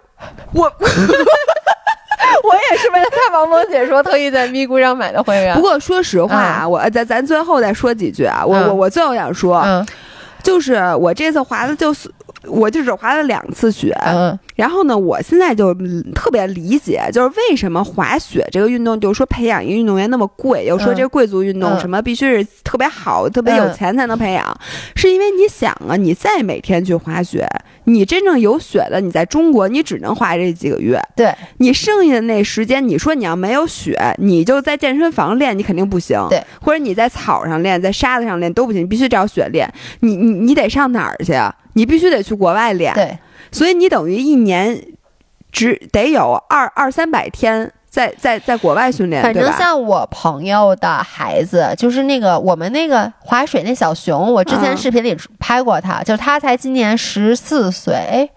是为了看王蒙解说，特意在咪咕上买的会员。 不过说实话啊，咱最后再说几句啊，我最后想说，就是我这次滑的我就只滑了2次雪，然后呢，我现在就特别理解，就是为什么滑雪这个运动，就是说培养一个运动员那么贵，又说这个贵族运动什么必须是特别好、特别有钱才能培养，是因为你想啊，你再每天去滑雪，你真正有雪的，你在中国你只能滑这几个月， 对， 你剩下的那时间，你说你要没有雪，你就在健身房练，你肯定不行， 对， 或者你在草上练，在沙子上练都不行，你必须找雪练，你得上哪儿去啊？你必须得去国外练， 对， 所以你等于1年得有200-300天在国外训练， 反正像我朋友的孩子，就是那个我们那个滑水那小熊，我之前视频里拍过他，就是他才今年14岁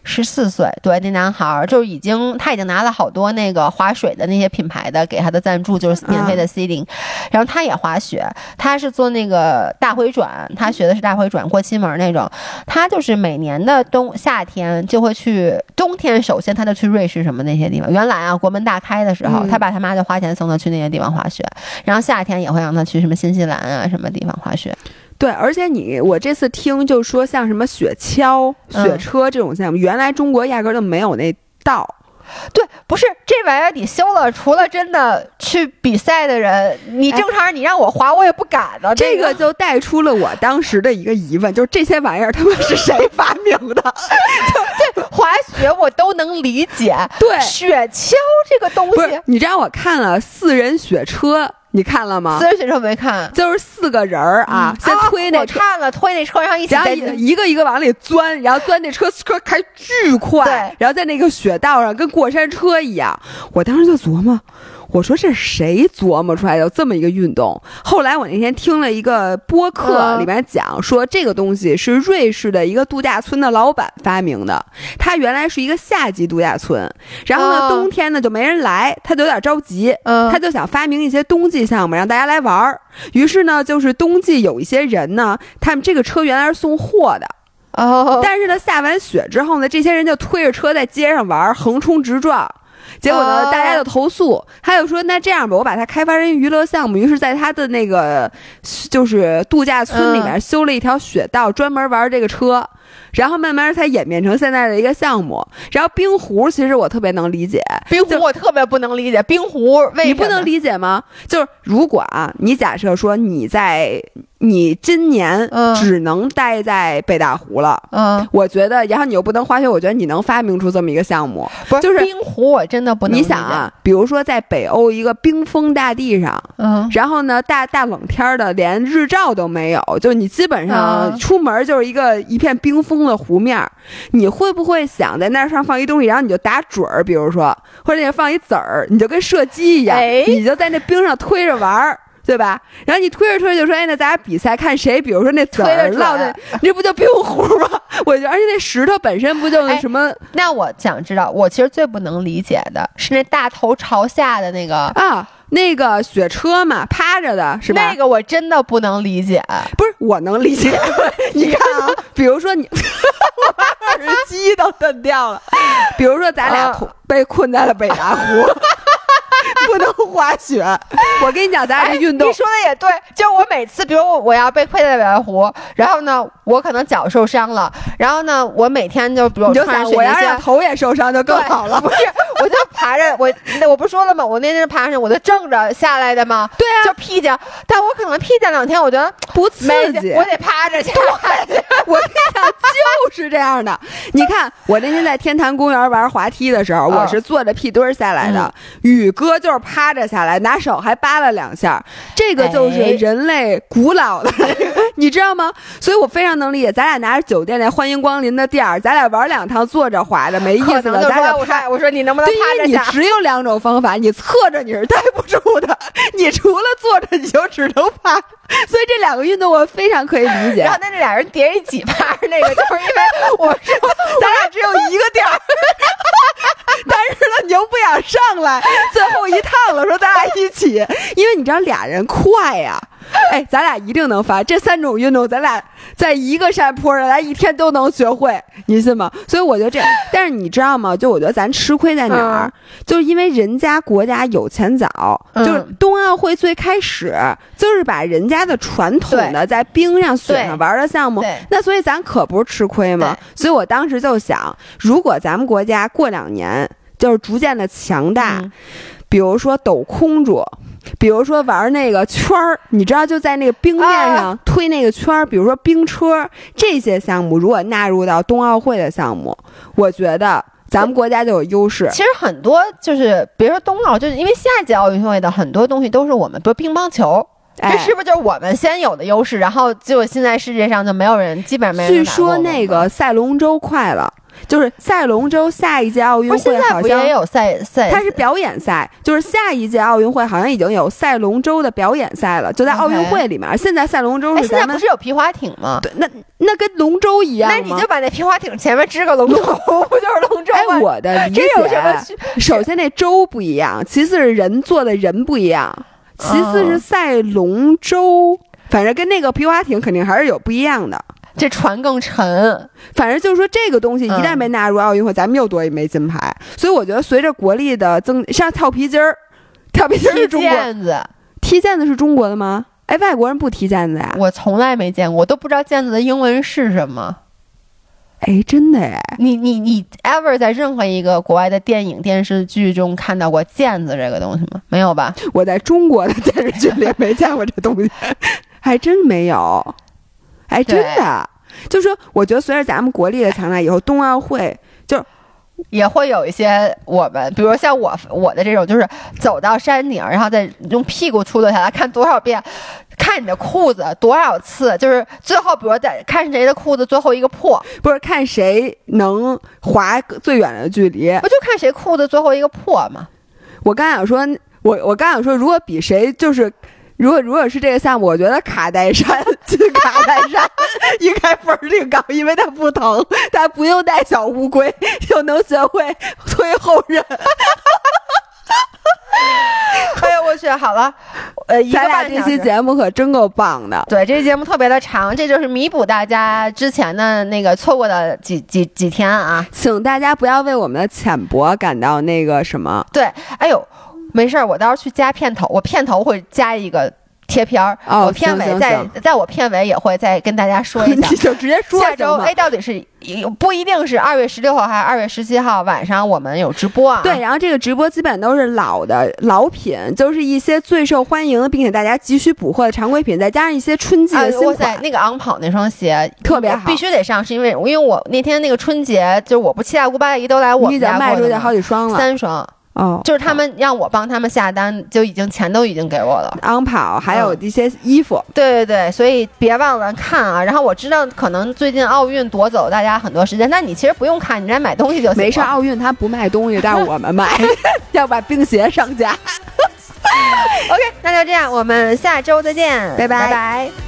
14岁，对，那男孩就是他已经拿了好多那个滑水的那些品牌的给他的赞助，就是免费的 seeding，然后他也滑雪，他是做那个大回转，他学的是大回转过七门那种，他就是每年的夏天就会去，冬天首先他就去瑞士什么那些地方，原来啊国门大开的时候，他爸他妈就花钱送他去那些地方滑雪，然后夏天也会让他去什么新西兰啊什么地方滑雪。 对，而且我这次听就说像什么雪橇、雪车这种项目，原来中国压根就没有那道。 对，不是这玩意儿你修了，除了真的去比赛的人，你正常你让我滑我也不敢的。 这个就带出了我当时的一个疑问，就是这些玩意儿他们是谁发明的？ 对，滑雪我都能理解， 对， 雪橇这个东西， 你知道我看了4人雪车。你看了吗？ 4人雪车没看， 就是4个人啊，先推那车， 我看了，推那车，然后一起一个一个往里钻，然后钻那车开巨快，然后在那个雪道上跟过山车一样。我当时就琢磨，我说这谁琢磨出来有这么一个运动？后来我那天听了一个播客，里面讲说这个东西是瑞士的一个度假村的老板发明的。他原来是一个夏季度假村，然后呢，冬天呢就没人来，他就有点着急，他就想发明一些冬季项目让大家来玩。于是呢，就是冬季有一些人呢，他们这个车原来是送货的。但是呢，下完雪之后呢，这些人就推着车在街上玩，横冲直撞。结果呢，大家就投诉，他就说那这样吧，我把它开发成娱乐项目。于是在他的那个就是度假村里面修了一条雪道，专门玩这个车。然后慢慢才演变成现在的一个项目。然后冰壶其实我特别能理解， 冰壶我特别不能理解，冰壶为什么你不能理解吗？就是如果啊，你假设说你今年只能待在北大湖了，我觉得，然后你又不能滑雪，我觉得你能发明出这么一个项目， 不是就是冰壶，我真的不能理解。 你想啊，比如说在北欧一个冰封大地上，然后呢大冷天的，连日照都没有，就你基本上出门就是一片冰封的湖面，你会不会想在那上放一东西，然后你就打准儿，比如说，或者你放一子儿，你就跟射击一样，你就在那冰上推着玩儿。对吧？然后你推着推着就说，哎，那咱俩比赛看谁，比如说那籽儿落的，这不就冰壶吗？我觉得，而且那石头本身不就那什么？ 那我想知道，我其实最不能理解的是那大头朝下的那个啊，那个雪车嘛，趴着的是吧？ 那个我真的不能理解。 不是，我能理解。你看啊，比如说你，我把耳机都蹬掉了。比如说咱俩被困在了北大湖。不能滑雪，我跟你讲，咱俩这运动， 你说的也对。就我每次，比如我要被困在北大湖，然后呢，我可能脚受伤了，然后呢，我每天就比如穿雪我要让头也受伤就更好了。 不是，我就爬着我不是说了吗？我那天爬上去，我就正着下来的吗？ 对啊， 就屁颠，但我可能屁颠2天，我觉得不刺激， 我得趴着去。 我跟你讲，就是这样的。你看，我那天在天坛公园玩滑梯的时候，我是坐着屁墩下来的，宇哥就是趴着下来，拿手还扒了2下，这个就是人类古老的，你知道吗？所以我非常能理解，咱俩拿着酒店那欢迎光临的店儿，咱俩玩2趟坐着滑着没意思了，咱俩我说你能不能趴着下？ 你只有2种方法，你侧着你是待不住的，你除了坐着你就只能趴。所以这2个运动我非常可以理解。 然后那俩人叠一起趴那个，就是因为我说咱俩只有一个点儿，但是呢你又不想上来，最后一趟了，说咱俩一起，因为你知道俩人快呀。哎，咱俩一定能发这3种运动，咱俩在一个山坡上，咱一天都能学会，你信吗？所以我觉得这，但是你知道吗？就我觉得咱吃亏在哪儿？就是因为人家国家有钱早，就是冬奥会最开始就是把人家的传统的在冰上、雪上玩的项目，那所以咱可不是吃亏吗？所以我当时就想，如果咱们国家过2年就是逐渐的强大，比如说抖空竹。比如说玩那个圈儿，你知道就在那个冰面上推那个圈儿，比如说冰车这些项目，如果纳入到冬奥会的项目，我觉得咱们国家就有优势。 其实很多就是别说冬奥，就是因为夏季奥运会的很多东西都是我们，比如乒乓球。这是不是就是我们先有的优势？然后就现在世界上就没有人，基本上没人。 据说那个赛龙舟快了。 就是赛龙舟下一届奥运会好像不也有赛， 它是表演赛，就是下一届奥运会好像已经有赛龙舟的表演赛了，就在奥运会里面。现在赛龙舟是现在不是有皮划艇吗？ 对，那跟龙舟一样吗？ 那你就把那皮划艇前面支个龙头，不就是龙舟吗？ 哎，我的理解， 这有什么首先那舟不一样，其次是人坐的人不一样，其次是赛龙舟，反正跟那个皮划艇肯定还是有不一样的。 这船更沉， 反正就是说这个东西一旦被纳入奥运会，咱们又多一枚金牌。所以我觉得随着国力的像跳皮筋儿，跳皮筋儿是中国，踢毽子是中国的吗？哎，外国人不踢毽子呀？ 我从来没见过，我都不知道毽子的英文是什么。 哎，真的哎！ 你 ever 在任何一个国外的电影电视剧中看到过毽子这个东西吗？没有吧？ 我在中国的电视剧里没见过这东西，还真没有。哎，真的，就是说，我觉得随着咱们国力的强大，以后冬奥会就也会有一些我们，比如像我的这种，就是走到山顶，然后再用屁股出溜下来，看多少遍，看你的裤子多少次，就是最后，比如看谁的裤子最后一个破， 不是看谁能滑最远的距离， 不就看谁裤子最后一个破吗？ 我刚想说，我刚想说，如果比谁就是。如果是这个项目，我觉得卡戴珊应该分儿挺高，因为他不疼，他不用带小乌龟，就能学会推后刃。 哎呦我去，好了， 咱俩这期节目可真够棒的。 对，这期节目特别的长，这就是弥补大家之前的那个错过的几天啊， 请大家不要为我们的浅薄感到那个什么。 对，哎呦。没事，我到时候去加片头，我片头会加一个贴片儿，我片尾在我片尾也会再跟大家说一下。 你就直接说下周到底是不一定是2月16号还是2月17号晚上我们有直播啊？ 对，然后这个直播基本都是老品，就是一些最受欢迎的，并且大家急需补货的常规品，再加上一些春季的新款。 哇塞，那个昂跑那双鞋特别好， 必须得上，是因为我那天那个春节就是我不7大姑8大姨都来我们家过， 你已经卖出去好几双了 ，3双。 哦， 就是他们让我帮他们下单，就钱都已经给我了。 昂跑还有一些衣服， 对，所以别忘了看啊。然后我知道可能最近奥运夺走大家很多时间，但你其实不用看，你来买东西就行了。 没事，奥运他不卖东西，但是我们卖，要把冰鞋上架。 OK， 那就这样，我们下周再见， 拜拜。 拜拜。